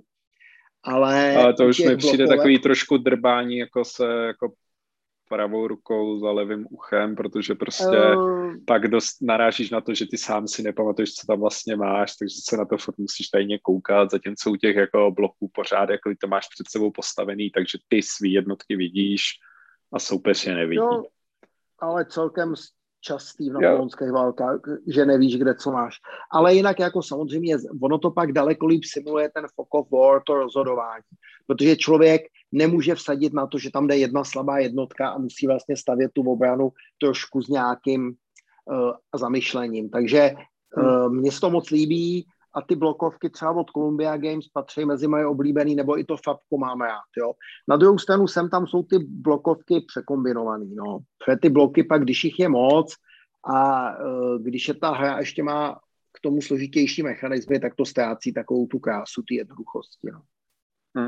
Ale, Ale to už mi přijde blokovek... takový trošku drbání, jako se jako pravou rukou za levým uchem, protože prostě uh... pak dost narážíš na to, že ty sám si nepamatuješ, co tam vlastně máš, takže se na to furt musíš tajně koukat, zatímco u těch jako bloků pořád, jako to máš před sebou postavený, takže ty svý jednotky vidíš a soupeř je nevidí. Jo, ale celkem častý v napoleonských válkách, že nevíš, kde co máš. Ale jinak jako samozřejmě, ono to pak daleko líp simuluje ten Fog of War, to rozhodování. Protože člověk nemůže vsadit na to, že tam jde jedna slabá jednotka a musí vlastně stavět tu obranu trošku s nějakým uh, zamyšlením. Takže uh, mně se to moc líbí a ty blokovky třeba od Columbia Games patří mezi moje oblíbený, nebo i to Fabko mám rád. Jo. Na druhou stranu sem tam jsou ty blokovky překombinovaný. No. Protože ty bloky pak, když jich je moc, a uh, když je ta hra ještě má k tomu složitější mechanizmy, tak to ztrácí takovou tu krásu, ty jednoduchosti. No. Hmm.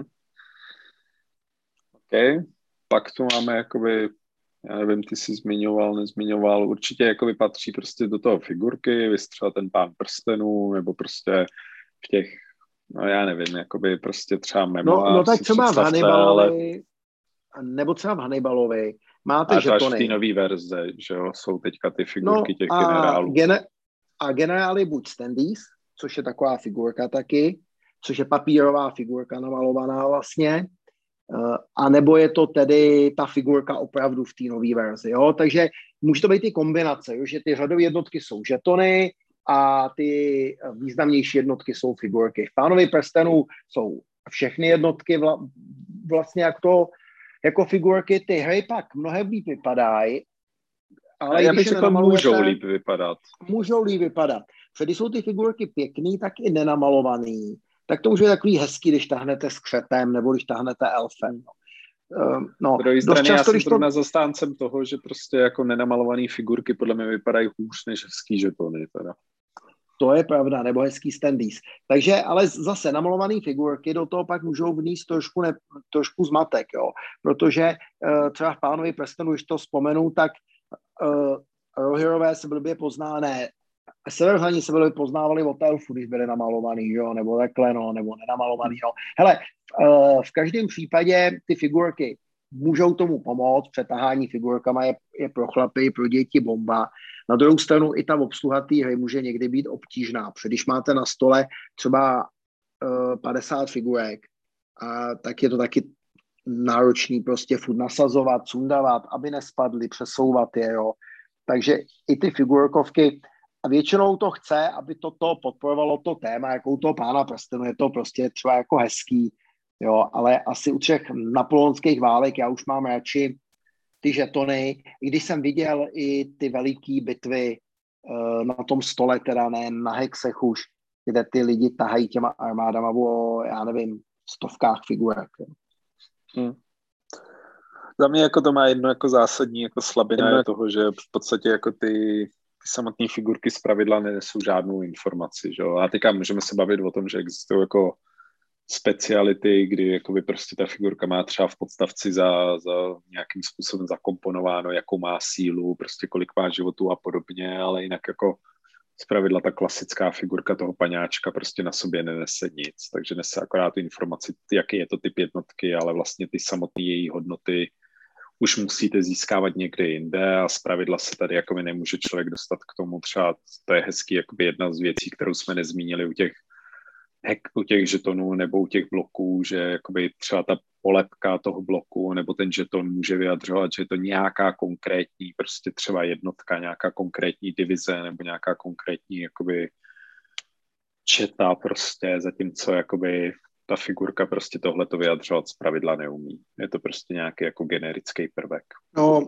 OK. Pak tu máme jakoby, já nevím, ty jsi zmiňoval, nezmiňoval, určitě jakoby patří prostě do toho figurky, vystřela ten Pán prstenů, nebo prostě v těch, no já nevím, jakoby prostě třeba memoář. No, no tak třeba v Hannibalovi, ale... nebo třeba v Hannibalovi, máte a žetony. to až v té nový verze, že jo, jsou teďka ty figurky no, těch a generálů. Gene, a generály buď standees, což je taková figurka taky, což je papírová figurka namalovaná vlastně, a nebo je to tedy ta figurka opravdu v té nové verzi. Jo? Takže může to být i kombinace, jo? Že ty řadové jednotky jsou žetony a ty významnější jednotky jsou figurky. V Pánovi prstenů jsou všechny jednotky vla, vlastně jak to, jako figurky, ty hry pak mnohem líp vypadají. Ale já bych řekl, můžou líp vypadat. Můžou líp vypadat. Když jsou ty figurky pěkný, tak i nenamalovaný. Tak to může být takový hezký, když tahnete s křetem nebo když tahnete elfem. No, no, druhé strany já jsem zrovna to... zastáncem toho, že prostě jako nenamalované figurky podle mě vypadají hůř než hezký žetony. Teda. To je pravda, nebo hezký standees. Takže, ale zase namalované figurky do toho pak můžou vníst trošku, ne, trošku zmatek, jo. Protože uh, třeba v Pánovi prstenu, když to vzpomenu, tak uh, rohirové se blbě poznáné. Severhlaní se byli poznávali od elfu, když byli namalovaný, jo, nebo takhle, no, nebo nenamalovaný, no. Hele, uh, v každém případě ty figurky můžou tomu pomoct, přetahání figurkama je, je pro chlapy, pro děti bomba. Na druhou stranu i ta obsluha té hry může někdy být obtížná, protože když máte na stole třeba uh, padesát figurek, a tak je to taky náročný prostě furt nasazovat, sundavat, aby nespadly, přesouvat je, jo. Takže i ty figurkovky, a většinou to chce, aby toto podporovalo to téma, jako u toho Pána prstenů, je to prostě třeba jako hezký, jo, ale asi u těch napoleonských válek já už mám radši ty žetony, i když jsem viděl i ty veliký bitvy uh, na tom stole, teda ne na hexech už, kde ty lidi tahají těma armádama o, já nevím, stovkách figurek. Hmm. Za mě jako to má jedno jako zásadní jako slabina jedno je toho, že v podstatě jako ty ty samotné figurky zpravidla nenesou žádnou informaci, že jo? A teďka můžeme se bavit o tom, že existují jako speciality, kdy jakoby prostě ta figurka má třeba v podstavci za, za nějakým způsobem zakomponováno, jakou má sílu, prostě kolik má životů a podobně, ale jinak jako zpravidla ta klasická figurka toho paňáčka prostě na sobě nenese nic, takže nese akorát tu informaci, jaký je to typ jednotky, ale vlastně ty samotné její hodnoty už musíte získávat někde jinde a zpravidla se tady jakoby nemůže člověk dostat k tomu. Třeba to je hezký jakoby jedna z věcí, kterou jsme nezmínili u těch, u těch žetonů nebo u těch bloků, že jakoby třeba ta polepka toho bloku nebo ten žeton může vyjadřovat, že je to nějaká konkrétní prostě třeba jednotka, nějaká konkrétní divize nebo nějaká konkrétní jakoby četa prostě, zatímco jakoby ta figurka prostě tohleto vyjadřovat zpravidla neumí. Je to prostě nějaký jako generický prvek. No,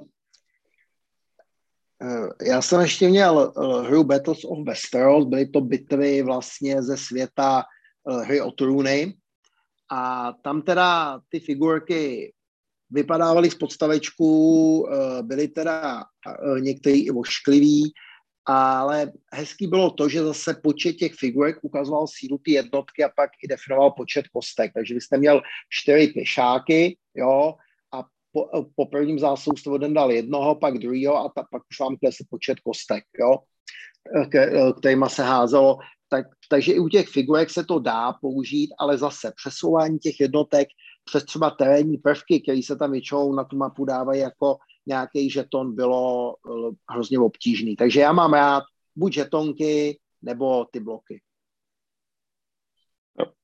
já jsem ještě měl hru Battles of Westeros, byly to bitvy vlastně ze světa hry o trůny a tam teda ty figurky vypadávaly z podstavečku, byly teda některý i ošklivý, ale hezký bylo to, že zase počet těch figurek ukazoval sílu ty jednotky a pak i definoval počet kostek. Takže vy jste měl čtyři pěšáky, jo, a po, po prvním zásahu jste jeden dal jednoho, pak druhýho a ta, pak už vám klesl počet kostek, jo, kterýma se házelo. Tak, takže i u těch figurek se to dá použít, ale zase přesouvání těch jednotek přes třeba terénní prvky, které se tam většinou na tu mapu dávají jako nějaký žeton, bylo uh, hrozně obtížný. Takže já mám rád buď žetonky, nebo ty bloky. Jo.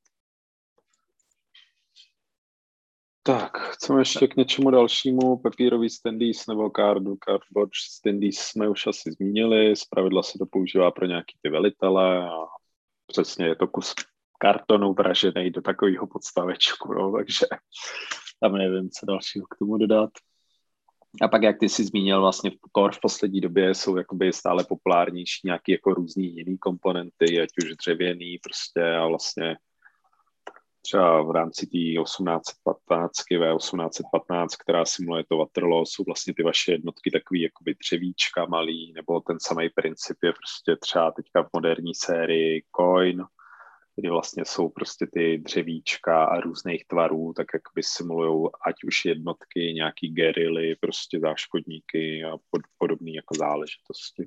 Tak, chceme ještě k něčemu dalšímu. Papírový standees nebo card, cardboard standees jsme už asi zmínili. Zpravidla se to používá pro nějaký ty velitele a přesně je to kus kartonu vražený do takového podstavečku, no, takže tam nevím, co dalšího k tomu dodat. A pak, jak ty jsi zmínil, vlastně v core v poslední době jsou jakoby stále populárnější nějaký jako různý jiný komponenty, ať už dřevěný prostě a vlastně třeba v rámci té osmnáct set patnáct, V osmnáct set patnáct, která simuluje to Waterloo, jsou vlastně ty vaše jednotky takový jakoby dřevíčka malý, nebo ten samý princip je prostě třeba teďka v moderní sérii Coin, kdy vlastně jsou prostě ty dřevíčka a různých tvarů, tak jakoby simulujou ať už jednotky, nějaký gerily, prostě záškodníky a pod, podobné jako záležitosti.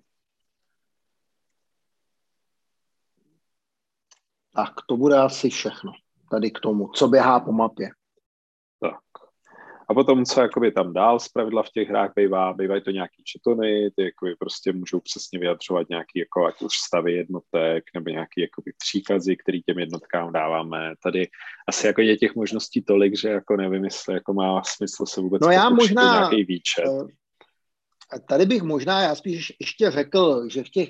Tak to bude asi všechno tady k tomu, co běhá po mapě. Tak. A potom, co jakoby tam dál zpravidla v těch hrách bývá, bývají to nějaký četony, ty jakoby prostě můžou přesně vyjadřovat nějaký jako ať už stavy jednotek, nebo nějaký jakoby příkazy, který těm jednotkám dáváme. Tady asi jako je těch možností tolik, že jako nevím, jestli jako má smysl se vůbec no já možná, nějaký výčet. Tady bych možná, já spíš ještě řekl, že v těch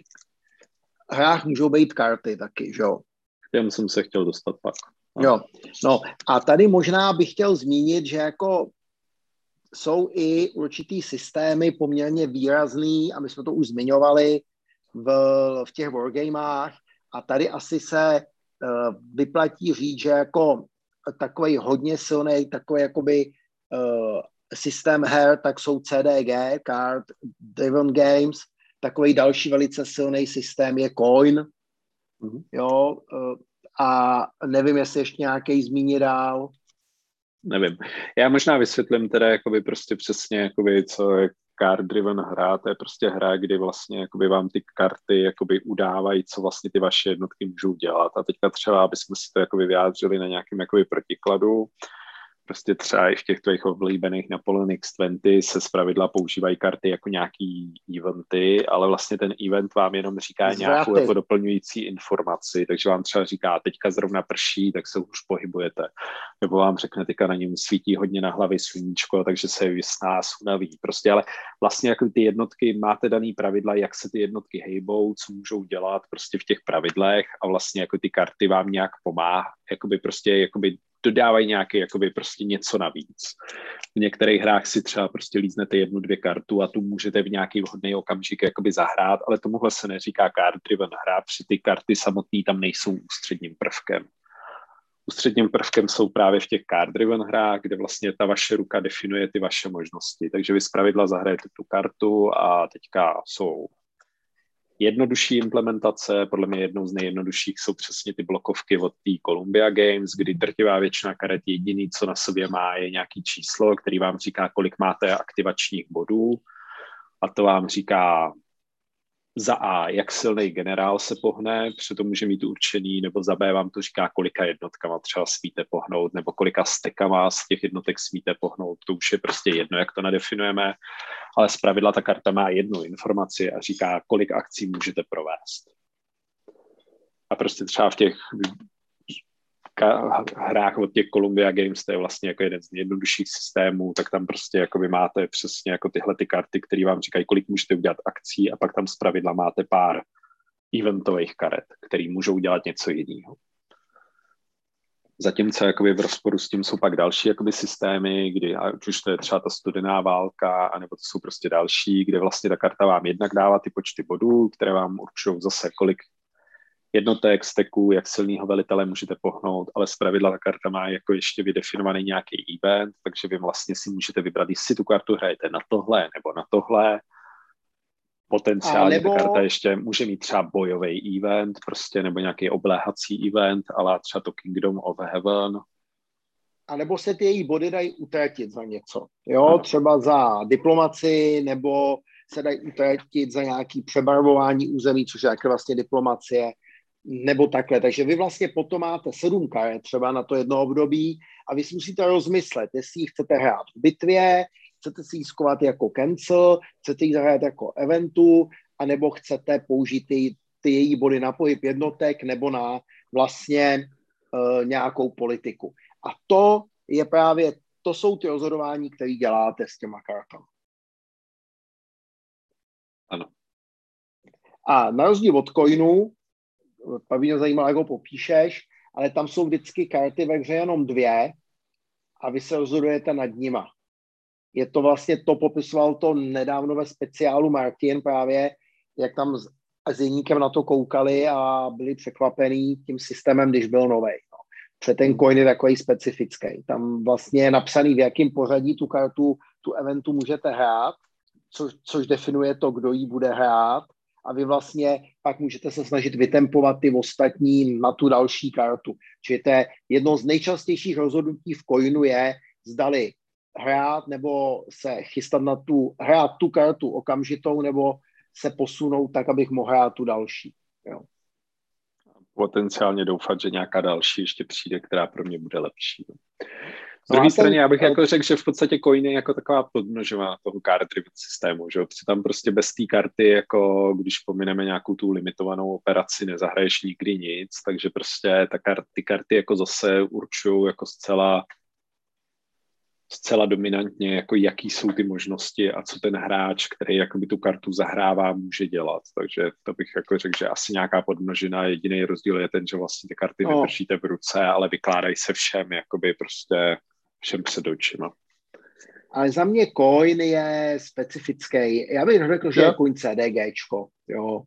hrách můžou být karty taky, že jo? Těm jsem se chtěl dostat pak. Jo, no a tady možná bych chtěl zmínit, že jako jsou i určitý systémy poměrně výrazný, a my jsme to už zmiňovali v, v těch wargamách, a tady asi se uh, vyplatí říct, že jako takový hodně silný, takový jakoby uh, systém her, tak jsou C D G, Card Driven Games, takový další velice silný systém je Coin, mm-hmm. jo, uh, a nevím, jestli ještě nějaký zmínit dál. Nevím. Já možná vysvětlím teda jakoby prostě přesně, jakoby, co je card-driven hra. To je prostě hra, kdy vlastně jakoby vám ty karty jakoby udávají, co vlastně ty vaše jednotky můžou dělat. A teďka třeba, aby jsme si to jakoby vyjádřili na nějakém jakoby protikladu, prostě třeba i v těch tvých oblíbených Napoleon X dvacet se zpravidla používají karty jako nějaký eventy, ale vlastně ten event vám jenom říká Zvráty. nějakou jako doplňující informaci, takže vám třeba říká, teďka zrovna prší, tak se už pohybujete. Nebo vám řekne, teďka na něm svítí hodně na hlavě sluníčko, takže se s nás unaví. Prostě, ale vlastně jako ty jednotky, máte daný pravidla, jak se ty jednotky hejbou, co můžou dělat prostě v těch pravidlech a vlastně jako ty karty vám nějak pomáhají, jakoby prostě jakoby dodávají nějaký jakoby prostě něco navíc. V některých hrách si třeba prostě líznete jednu, dvě kartu a tu můžete v nějaký vhodný okamžik jakoby zahrát, ale tomuhle se neříká card-driven hra, při ty karty samotný tam nejsou ústředním prvkem. Ústředním prvkem jsou právě v těch card-driven hrách, kde vlastně ta vaše ruka definuje ty vaše možnosti. Takže vy zpravidla zahrajete tu kartu a teďka jsou jednodušší implementace, podle mě jednou z nejjednodušších jsou přesně ty blokovky od té Columbia Games, kdy drtivá většina karet jediný, co na sobě má, je nějaký číslo, který vám říká, kolik máte aktivačních bodů, a to vám říká za A, jak silný generál se pohne, protože to může mít určený, nebo za B vám to říká, kolika jednotkama třeba smíte pohnout, nebo kolika stekama z těch jednotek smíte pohnout, to už je prostě jedno, jak to nadefinujeme, ale zpravidla ta karta má jednu informaci a říká, kolik akcí můžete provést. A prostě třeba v těch hrách od těch Columbia Games, to je vlastně jako jeden z nejjednodušších systémů, tak tam prostě jako vy máte přesně jako tyhle ty karty, které vám říkají, kolik můžete udělat akcí, a pak tam zpravidla máte pár eventových karet, které můžou dělat něco jiného. Zatímco jakoby v rozporu s tím jsou pak další jakoby systémy, kdy ať už to je třeba ta studená válka, anebo to jsou prostě další, kde vlastně ta karta vám jednak dává ty počty bodů, které vám určují zase, kolik jednotek, steků, jak silného velitele můžete pohnout, ale zpravidla ta karta má jako ještě vydefinovaný nějaký event, takže vy vlastně si můžete vybrat, jestli tu kartu hrajete na tohle nebo na tohle. Potenciálně nebo ta karta ještě může mít třeba bojový event, prostě, nebo nějaký obléhací event, ale třeba to Kingdom of Heaven. A nebo se ty její body dají utratit za něco. Jo, ano. Třeba za diplomaci, nebo se dají utratit za nějaký přebarvování území, což je jako vlastně diplomacie, nebo takhle. Takže vy vlastně potom máte sedm karet třeba na to jedno období a vy si musíte rozmyslet, jestli ji chcete hrát v bitvě, chcete si ji skovat jako cancel, chcete ji zahrát jako eventu, anebo chcete použít ty, ty její body na pohyb jednotek nebo na vlastně uh, nějakou politiku. A to je právě, to jsou ty rozhodování, které děláte s těma kartami. Ano. A na rozdíl od coinu, pak by mě zajímalo, jak ho popíšeš, ale tam jsou vždycky karty ve hře jenom dvě a vy se rozhodujete nad nima. Je to vlastně, to popisoval to nedávno ve speciálu Martin právě, jak tam s, s Jeníkem na to koukali a byli překvapený tím systémem, když byl novej. No. Protože ten coin je takový specifický. Tam vlastně je napsaný, v jakém pořadí tu kartu, tu eventu můžete hrát, co, což definuje to, kdo ji bude hrát. A vy vlastně pak můžete se snažit vytempovat ty ostatní na tu další kartu. Čili to je jedno z nejčastějších rozhodnutí v coinu je, zdali hrát nebo se chystat na tu, hrát tu kartu okamžitou nebo se posunout tak, abych mohl hrát tu další. Jo. Potenciálně doufat, že nějaká další ještě přijde, která pro mě bude lepší. Z No druhé ten, straně, já bych jako řekl, že v podstatě coin je jako taková podmnožová toho card-driven systému, že protože tam prostě bez té karty, jako když pomineme nějakou tu limitovanou operaci, nezahraješ nikdy nic, takže prostě ta kart, ty karty jako zase určují jako zcela zcela dominantně, jako jaký jsou ty možnosti a co ten hráč, který jakoby tu kartu zahrává, může dělat. Takže to bych jako řekl, že asi nějaká podmnožina, jediný rozdíl je ten, že vlastně ty karty no. nedržíte v ruce, ale vykládají se všem, jakoby prostě všem před očima. Ale za mě coin je specifický. Já bych řekl, že je coin CDGčko. Jo.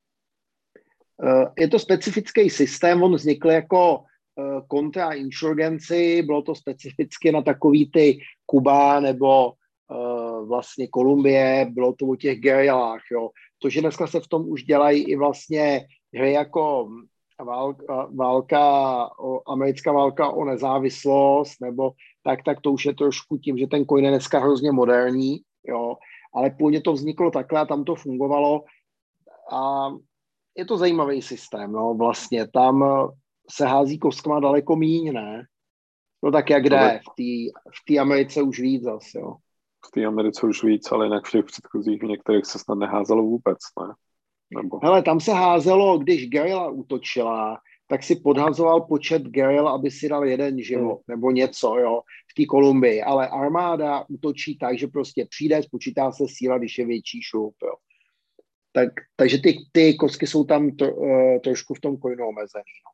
Je to specifický systém, on vznikl jako kontra insurgenci, bylo to specificky na takový ty Kuba nebo uh, vlastně Kolumbie, bylo to o těch gerilách, jo. To, že dneska se v tom už dělají i vlastně hry jako válka, válka o, americká válka o nezávislost, nebo tak, tak to už je trošku tím, že ten coin je dneska hrozně moderní, jo. Ale původně to vzniklo takhle a tam to fungovalo a je to zajímavý systém, no, vlastně tam se hází kostkama daleko míň, ne? No tak jak jde, v té Americe už víc zase, jo. V té Americe už víc, ale jinak v těch předchozích některých se snad neházelo vůbec, ne? Nebo... Hele, tam se házelo, když gerilla útočila, tak si podhazoval počet geril, aby si dal jeden život, hmm. nebo něco, jo, v té Kolumbii. Ale armáda útočí tak, že prostě přijde, spočítá se síla, když je větší šup, jo. Tak, takže ty, ty kostky jsou tam to, uh, trošku v tom coinu omezený, no.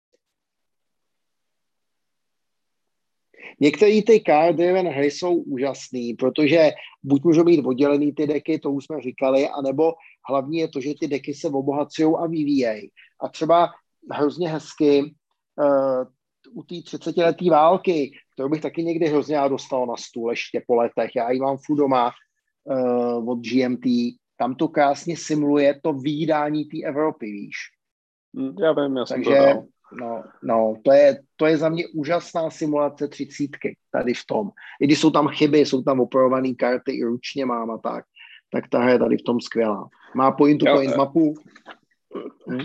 Některé ty card-driven hry jsou úžasný, protože buď můžou být oddělený ty deky, to už jsme říkali, anebo hlavní je to, že ty deky se obohacují a vyvíjejí. A třeba hrozně hezky uh, u té třicetileté války, kterou bych taky někdy hrozně já dostal na stůl ještě po letech, já ji mám furt doma uh, od G M T, tam to krásně simuluje to výdání té Evropy, víš. Já vím, já jsem Takže, to dal. No, no to, je, to je za mě úžasná simulace třicítky tady v tom. I když jsou tam chyby, jsou tam opravované karty, i ručně mám a tak, tak ta hra je tady v tom skvělá. Má point-to-point mapu. Hm?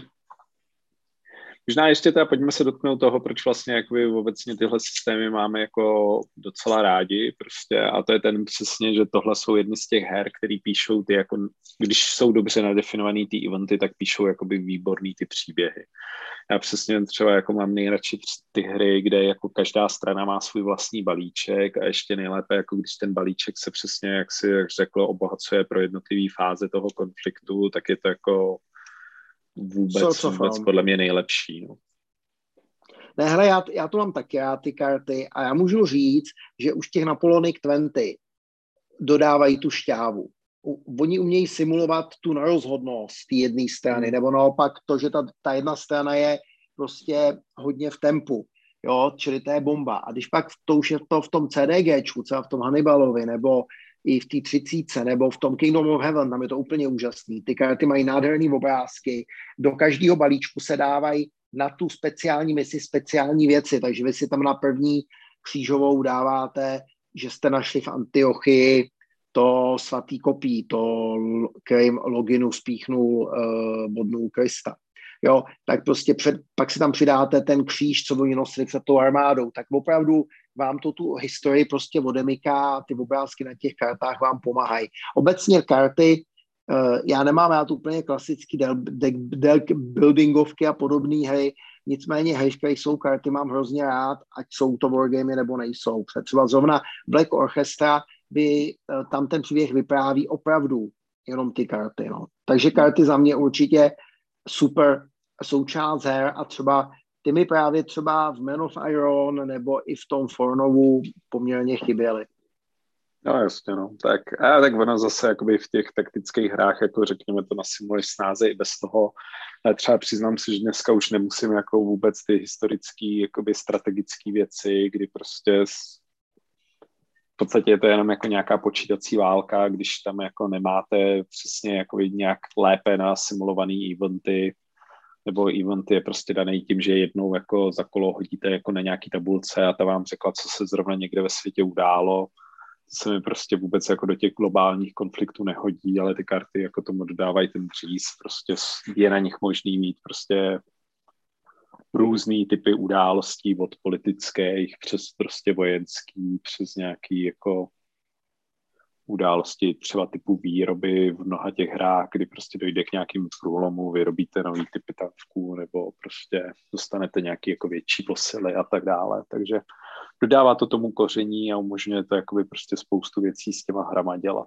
Možná ještě teda pojďme se dotknout toho, proč vlastně jakoby obecně tyhle systémy máme jako docela rádi prostě a to je ten přesně, že tohle jsou jedny z těch her, který píšou ty jako, když jsou dobře nadefinovaný ty eventy, tak píšou jakoby výborný ty příběhy. Já přesně třeba jako mám nejradši ty hry, kde jako každá strana má svůj vlastní balíček a ještě nejlépe, jako když ten balíček se přesně, jak si jak řeklo, obohacuje pro jednotlivé fáze toho konfliktu, tak je to jako vůbec, vůbec podle mě nejlepší. No. Ne, hele, já, já to mám taky, já ty karty a já můžu říct, že už těch Napoleonic dvacet dodávají tu šťávu. Oni umějí simulovat tu nerozhodnost té jedné strany, nebo naopak to, že ta, ta jedna strana je prostě hodně v tempu, jo, čili to je bomba. A když pak to už je to v tom CDGčku, třeba v tom Hannibalovi, nebo i v té třicítce, nebo v tom Kingdom of Heaven, tam je to úplně úžasný. Ty karty mají nádherný obrázky, do každého balíčku se dávají na tu speciální misi speciální věci, takže vy si tam na první křížovou dáváte, že jste našli v Antiochii to svatý kopí, to kterým Loginu spíchnul, uh, bodnul Krista. Jo, tak prostě před, pak si tam přidáte ten kříž, co oni nosili před tou armádou, tak opravdu vám to tu historii prostě odemyká, ty obrázky na těch kartách vám pomáhají. Obecně karty, uh, já nemám rád úplně klasický deck buildingovky a podobné hry, nicméně hry, které jsou karty, mám hrozně rád, ať jsou to wargamy nebo nejsou. Třeba zrovna Black Orchestra by uh, tam ten příběh vypráví opravdu jenom ty karty. No. Takže karty za mě určitě super součást her a třeba ty mi právě třeba v Man of Iron nebo i v tom Fornovu poměrně chyběly. No jasně, no. Tak, a tak ono zase jakoby v těch taktických hrách, jako řekněme, to nasimuluješ snáze i bez toho. Ale třeba přiznám si, že dneska už nemusím jako vůbec ty historický, jakoby strategické věci, kdy prostě v podstatě je to jenom jako nějaká počítací válka, když tam jako nemáte přesně jako nějak lépe nasimulovaný eventy, nebo event je prostě daný tím, že jednou jako za kolo hodíte jako na nějaký tabulce a ta vám řekla, co se zrovna někde ve světě událo. To se mi prostě vůbec jako do těch globálních konfliktů nehodí, ale ty karty jako tomu dodávají ten dříz, prostě je na nich možný mít prostě různý typy událostí od politických přes prostě vojenský, přes nějaký jako události třeba typu výroby v mnoha těch hrách, kdy prostě dojde k nějakým průlomu, vyrobíte nový typy tanků nebo prostě dostanete nějaký jako větší posily a tak dále. Takže dodává to tomu koření a umožňuje to jakoby prostě spoustu věcí s těma hrama dělat.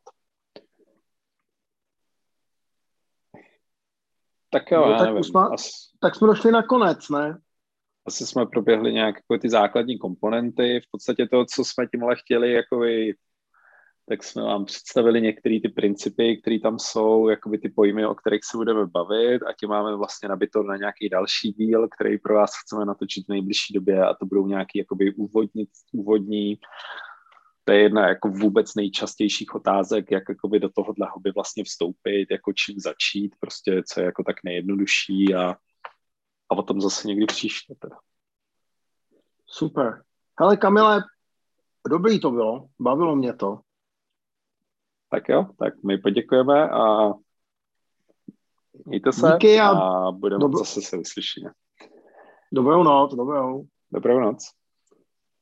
Tak jo, No, já tak, nevím. jsme, As, tak jsme došli na konec, ne? asi jsme proběhli nějak jako ty základní komponenty. V podstatě to, co jsme tímhle chtěli jakoby, tak jsme vám představili některé ty principy, které tam jsou, jakoby ty pojmy, o kterých se budeme bavit a tím máme vlastně nabito na nějaký další díl, který pro vás chceme natočit v nejbližší době a to budou nějaký jakoby úvodní, úvodní to je jedna jako vůbec nejčastějších otázek, jak jakoby do tohohle hobby vlastně vstoupit, jako čím začít, prostě co je jako tak nejjednodušší a, a o tom zase někdy příště teda. Super. Hele Kamile, dobrý to bylo, bavilo mě to. Tak jo, tak my poděkujeme a mějte se Díky a a budeme dobro... zase se vyslyšet. Dobrou noc, dobrou. Dobrou noc.